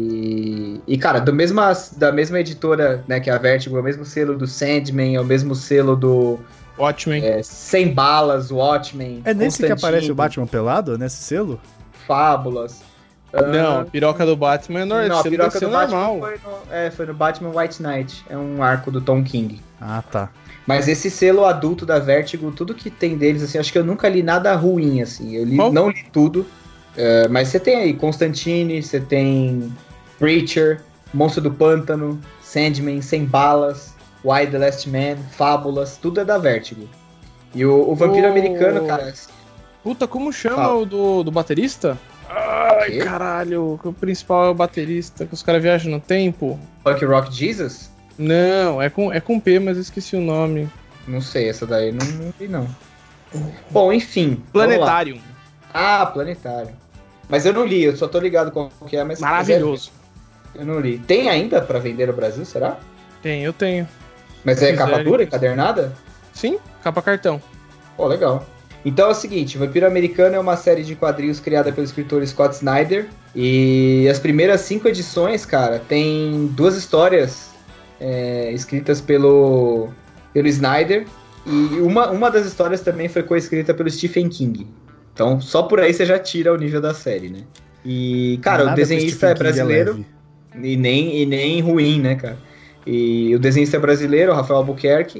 E cara, da mesma editora, né, que é a Vértigo, é o mesmo selo do Sandman, é o mesmo selo do Watchmen. Sem Balas, Watchmen. É nesse que aparece o Batman pelado, nesse selo? Fábulas. Não, a piroca do Batman é normal. Não, a piroca do Batman foi no Batman White Knight. É um arco do Tom King. Ah, tá. Mas esse selo adulto da Vértigo, tudo que tem deles, assim, acho que eu nunca li nada ruim, assim. Eu não li tudo. Mas você tem aí Constantine, você tem Preacher, Monstro do Pântano, Sandman, Sem Balas, Why the Last Man, Fábulas, tudo é da Vértigo. E o Vampiro Americano, cara... Puta, como chama o do baterista? Ai, caralho, o principal é o baterista, que os caras viajam no tempo. Punk Rock Jesus? Não, é com P, mas eu esqueci o nome. Não sei, essa daí não vi, não. Bom, enfim. Planetarium. Ah, Planetário. Mas eu não li, eu só tô ligado com o que é, mas... Maravilhoso. Eu não li. Tem ainda pra vender no Brasil, será? Eu tenho. Mas é capa dura, encadernada? Sim, capa cartão. Pô, legal. Então é o seguinte, Vampiro Americano é uma série de quadrinhos criada pelo escritor Scott Snyder. E as primeiras 5 edições, cara, tem 2 histórias escritas pelo Snyder. E uma das histórias também foi coescrita pelo Stephen King. Então só por aí você já tira o nível da série, né? E, cara, o desenhista é brasileiro. E nem ruim, né, cara? E o desenhista é brasileiro, o Rafael Albuquerque.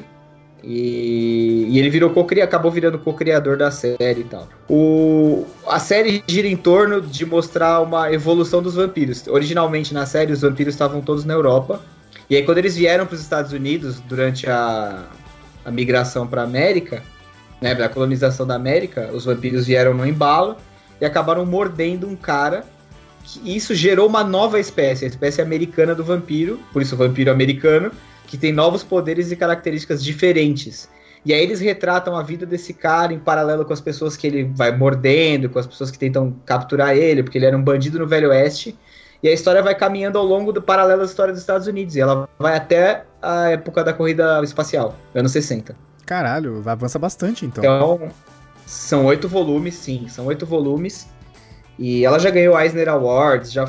E ele acabou virando co-criador da série e tal. A série gira em torno de mostrar uma evolução dos vampiros. Originalmente na série os vampiros estavam todos na Europa. E aí quando eles vieram para os Estados Unidos durante a migração para a América, né, da colonização da América, os vampiros vieram no embalo e acabaram mordendo um cara. E isso gerou uma nova espécie, a espécie americana do vampiro, por isso o vampiro americano, que tem novos poderes e características diferentes. E aí eles retratam a vida desse cara em paralelo com as pessoas que ele vai mordendo, com as pessoas que tentam capturar ele, porque ele era um bandido no Velho Oeste. E a história vai caminhando ao longo do paralelo da história dos Estados Unidos. E ela vai até a época da corrida espacial, anos 60. Caralho, avança bastante então. Então, são 8 volumes, sim, são 8 volumes. E ela já ganhou Eisner Awards, já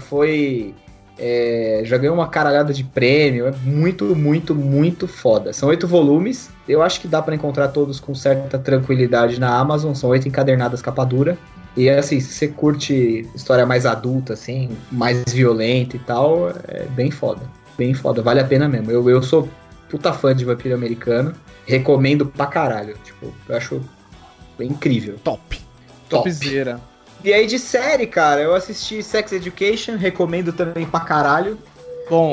ganhou uma caralhada de prêmio, é muito, muito, muito foda. São 8 volumes, eu acho que dá pra encontrar todos com certa tranquilidade na Amazon, são 8 encadernadas capa dura. E assim, se você curte história mais adulta, assim, mais violenta e tal, é bem foda, vale a pena mesmo. Eu sou puta fã de Vampiro Americano, recomendo pra caralho, tipo, eu acho incrível. Top. Topzera. E aí de série, cara, eu assisti Sex Education, recomendo também pra caralho. Bom.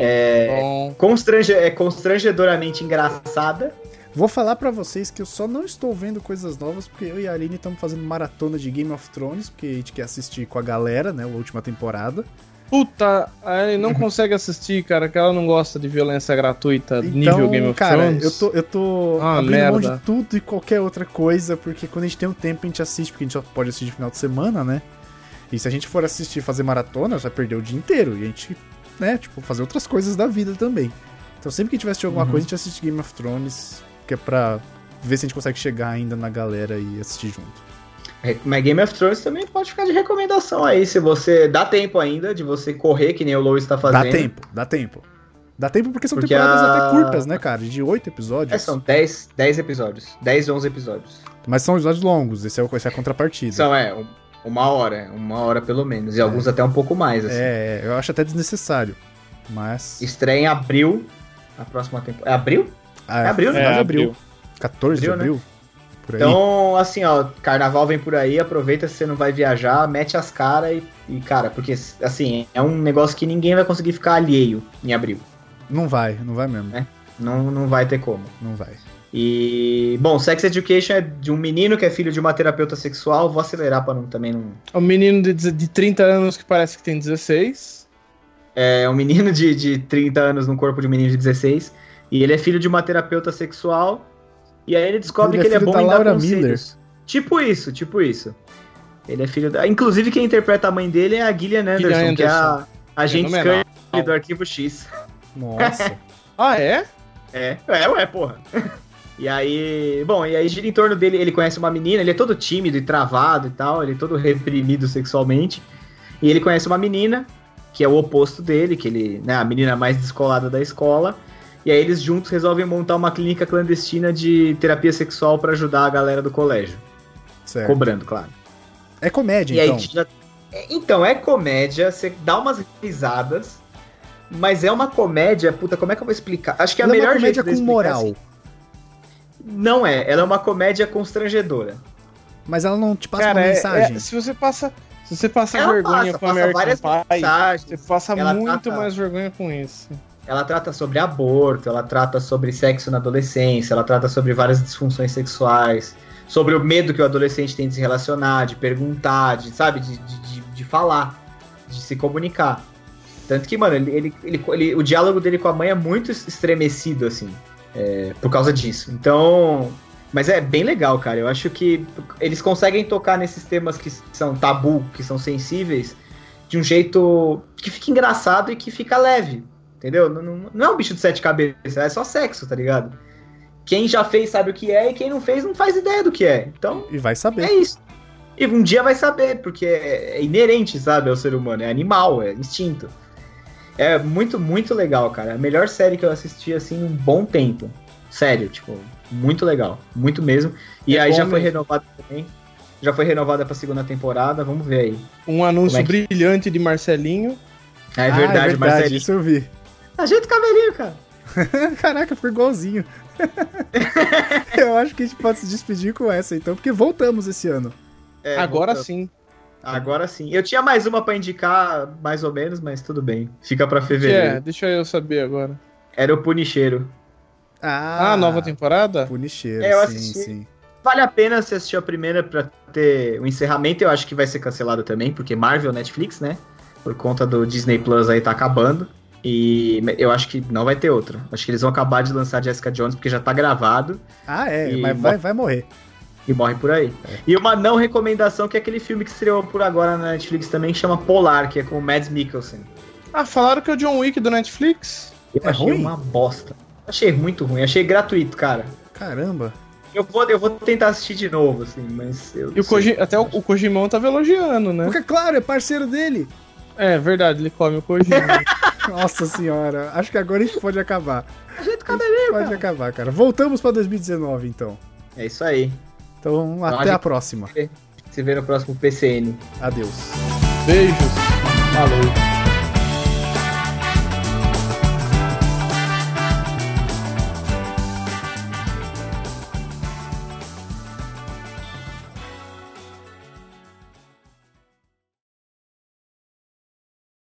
Constrangedoramente engraçada. Vou falar pra vocês que eu só não estou vendo coisas novas porque eu e a Aline estamos fazendo maratona de Game of Thrones, porque a gente quer assistir com a galera, né, a última temporada. Puta, ele não consegue assistir, cara, que ela não gosta de violência gratuita nível Game of Thrones. Eu tô abrindo mão de tudo e qualquer outra coisa, porque quando a gente tem um tempo a gente assiste, porque a gente só pode assistir no final de semana, né? E se a gente for assistir e fazer maratona, vai perder o dia inteiro. E a gente, né, tipo, fazer outras coisas da vida também. Então sempre que a gente vai assistir alguma coisa, a gente assiste Game of Thrones, que é pra ver se a gente consegue chegar ainda na galera e assistir junto. Mas Game of Thrones também pode ficar de recomendação aí, se você dá tempo ainda de você correr, que nem o Lois tá fazendo. Dá tempo. Dá tempo porque são temporadas até curtas, né, cara? De 8 episódios. São 10 episódios. 10, 11 episódios. Mas são episódios longos, essa é a contrapartida. São, uma hora pelo menos. E alguns até um pouco mais, assim. Eu acho até desnecessário. Mas... Estreia em abril, a próxima temporada. É abril? É abril, né? É abril. 14 de abril? Né? por aí. Então, assim, ó, carnaval vem por aí, aproveita se você não vai viajar, mete as caras e, cara, porque, assim, é um negócio que ninguém vai conseguir ficar alheio em abril. Não vai mesmo. Não vai ter como. Não vai. E, bom, Sex Education é de um menino que é filho de uma terapeuta sexual. Vou acelerar pra também não... É um menino de 30 anos que parece que tem 16. É um menino de 30 anos no corpo de um menino de 16. E ele é filho de uma terapeuta sexual. E aí ele descobre que ele é bom em dar Laura conselhos. Tipo isso. Ele é filho da... Inclusive quem interpreta a mãe dele é a Gillian Anderson, que é a agente Scully do Arquivo X. Nossa. Ah, é? Ué, porra. E aí gira em torno dele, ele conhece uma menina, ele é todo tímido e travado e tal, ele é todo reprimido sexualmente. E ele conhece uma menina, que é o oposto dele, que ele, né, a menina mais descolada da escola. E aí eles juntos resolvem montar uma clínica clandestina de terapia sexual pra ajudar a galera do colégio. Certo. Cobrando, claro. É comédia, E então. aí, então, é comédia, você dá umas risadas, mas é uma comédia, puta, como é que eu vou explicar? Acho que a Ela é uma melhor comédia jeito de com explicar moral. assim, não é, ela é uma comédia constrangedora. Mas ela não te passa Cara, uma mensagem. se você passa Ela vergonha com American várias Pie, mensagens, você passa ela muito trata- mais vergonha com isso. Ela trata sobre aborto, ela trata sobre sexo na adolescência, ela trata sobre várias disfunções sexuais, sobre o medo que o adolescente tem de se relacionar, de perguntar, de falar, de se comunicar. Tanto que, mano, o diálogo dele com a mãe é muito estremecido, assim, por causa disso. Então, mas é bem legal, cara. Eu acho que eles conseguem tocar nesses temas que são tabu, que são sensíveis, de um jeito que fica engraçado e que fica leve. Entendeu? Não é um bicho de 7 cabeças, é só sexo, tá ligado? Quem já fez sabe o que é, e quem não fez não faz ideia do que é. Então, E vai saber. é isso. E um dia vai saber, porque é inerente, sabe, ao ser humano. É animal, é instinto. É muito, muito legal, cara. A melhor série que eu assisti, assim, em um bom tempo. Sério, tipo, muito legal. Muito mesmo. E aí já foi renovada também. Já foi renovada pra segunda temporada, vamos ver aí. Um anúncio brilhante de Marcelinho. É verdade, Marcelinho. Isso eu vi. Ajeita o cabelinho, cara. Caraca, ficou igualzinho. Eu acho que a gente pode se despedir com essa, então, porque voltamos esse ano. Agora voltamos. sim. Agora sim. Eu tinha mais uma pra indicar, mais ou menos, mas tudo bem. Fica pra fevereiro. Deixa eu saber agora. Era o Punicheiro. Nova temporada? Punicheiro, eu sim, assisti. sim. Vale a pena você assistir a primeira pra ter o encerramento. Eu acho que vai ser cancelado também, porque Marvel, Netflix, né? Por conta do Disney Plus aí tá acabando. E eu acho que não vai ter outra. Acho que eles vão acabar de lançar Jessica Jones, porque já tá gravado. Mas vai morrer. E morre por aí. E uma não recomendação, que é aquele filme que estreou por agora na Netflix também, que chama Polar, que é com o Mads Mikkelsen. Falaram que é o John Wick do Netflix? Eu achei ruim? uma bosta. Achei muito ruim, achei gratuito, cara. Caramba. Eu vou tentar assistir de novo, assim, mas... E o Kojimão tava elogiando, né? Porque, claro, é parceiro dele. É verdade, ele come o Kojima. Nossa senhora, acho que agora a gente pode acabar. Ajeita o cabelinho, Pode acabar, cara. Voltamos pra 2019, então. É isso aí. Então, até a próxima. Se vê no próximo PCN. Adeus. Beijos. Falou.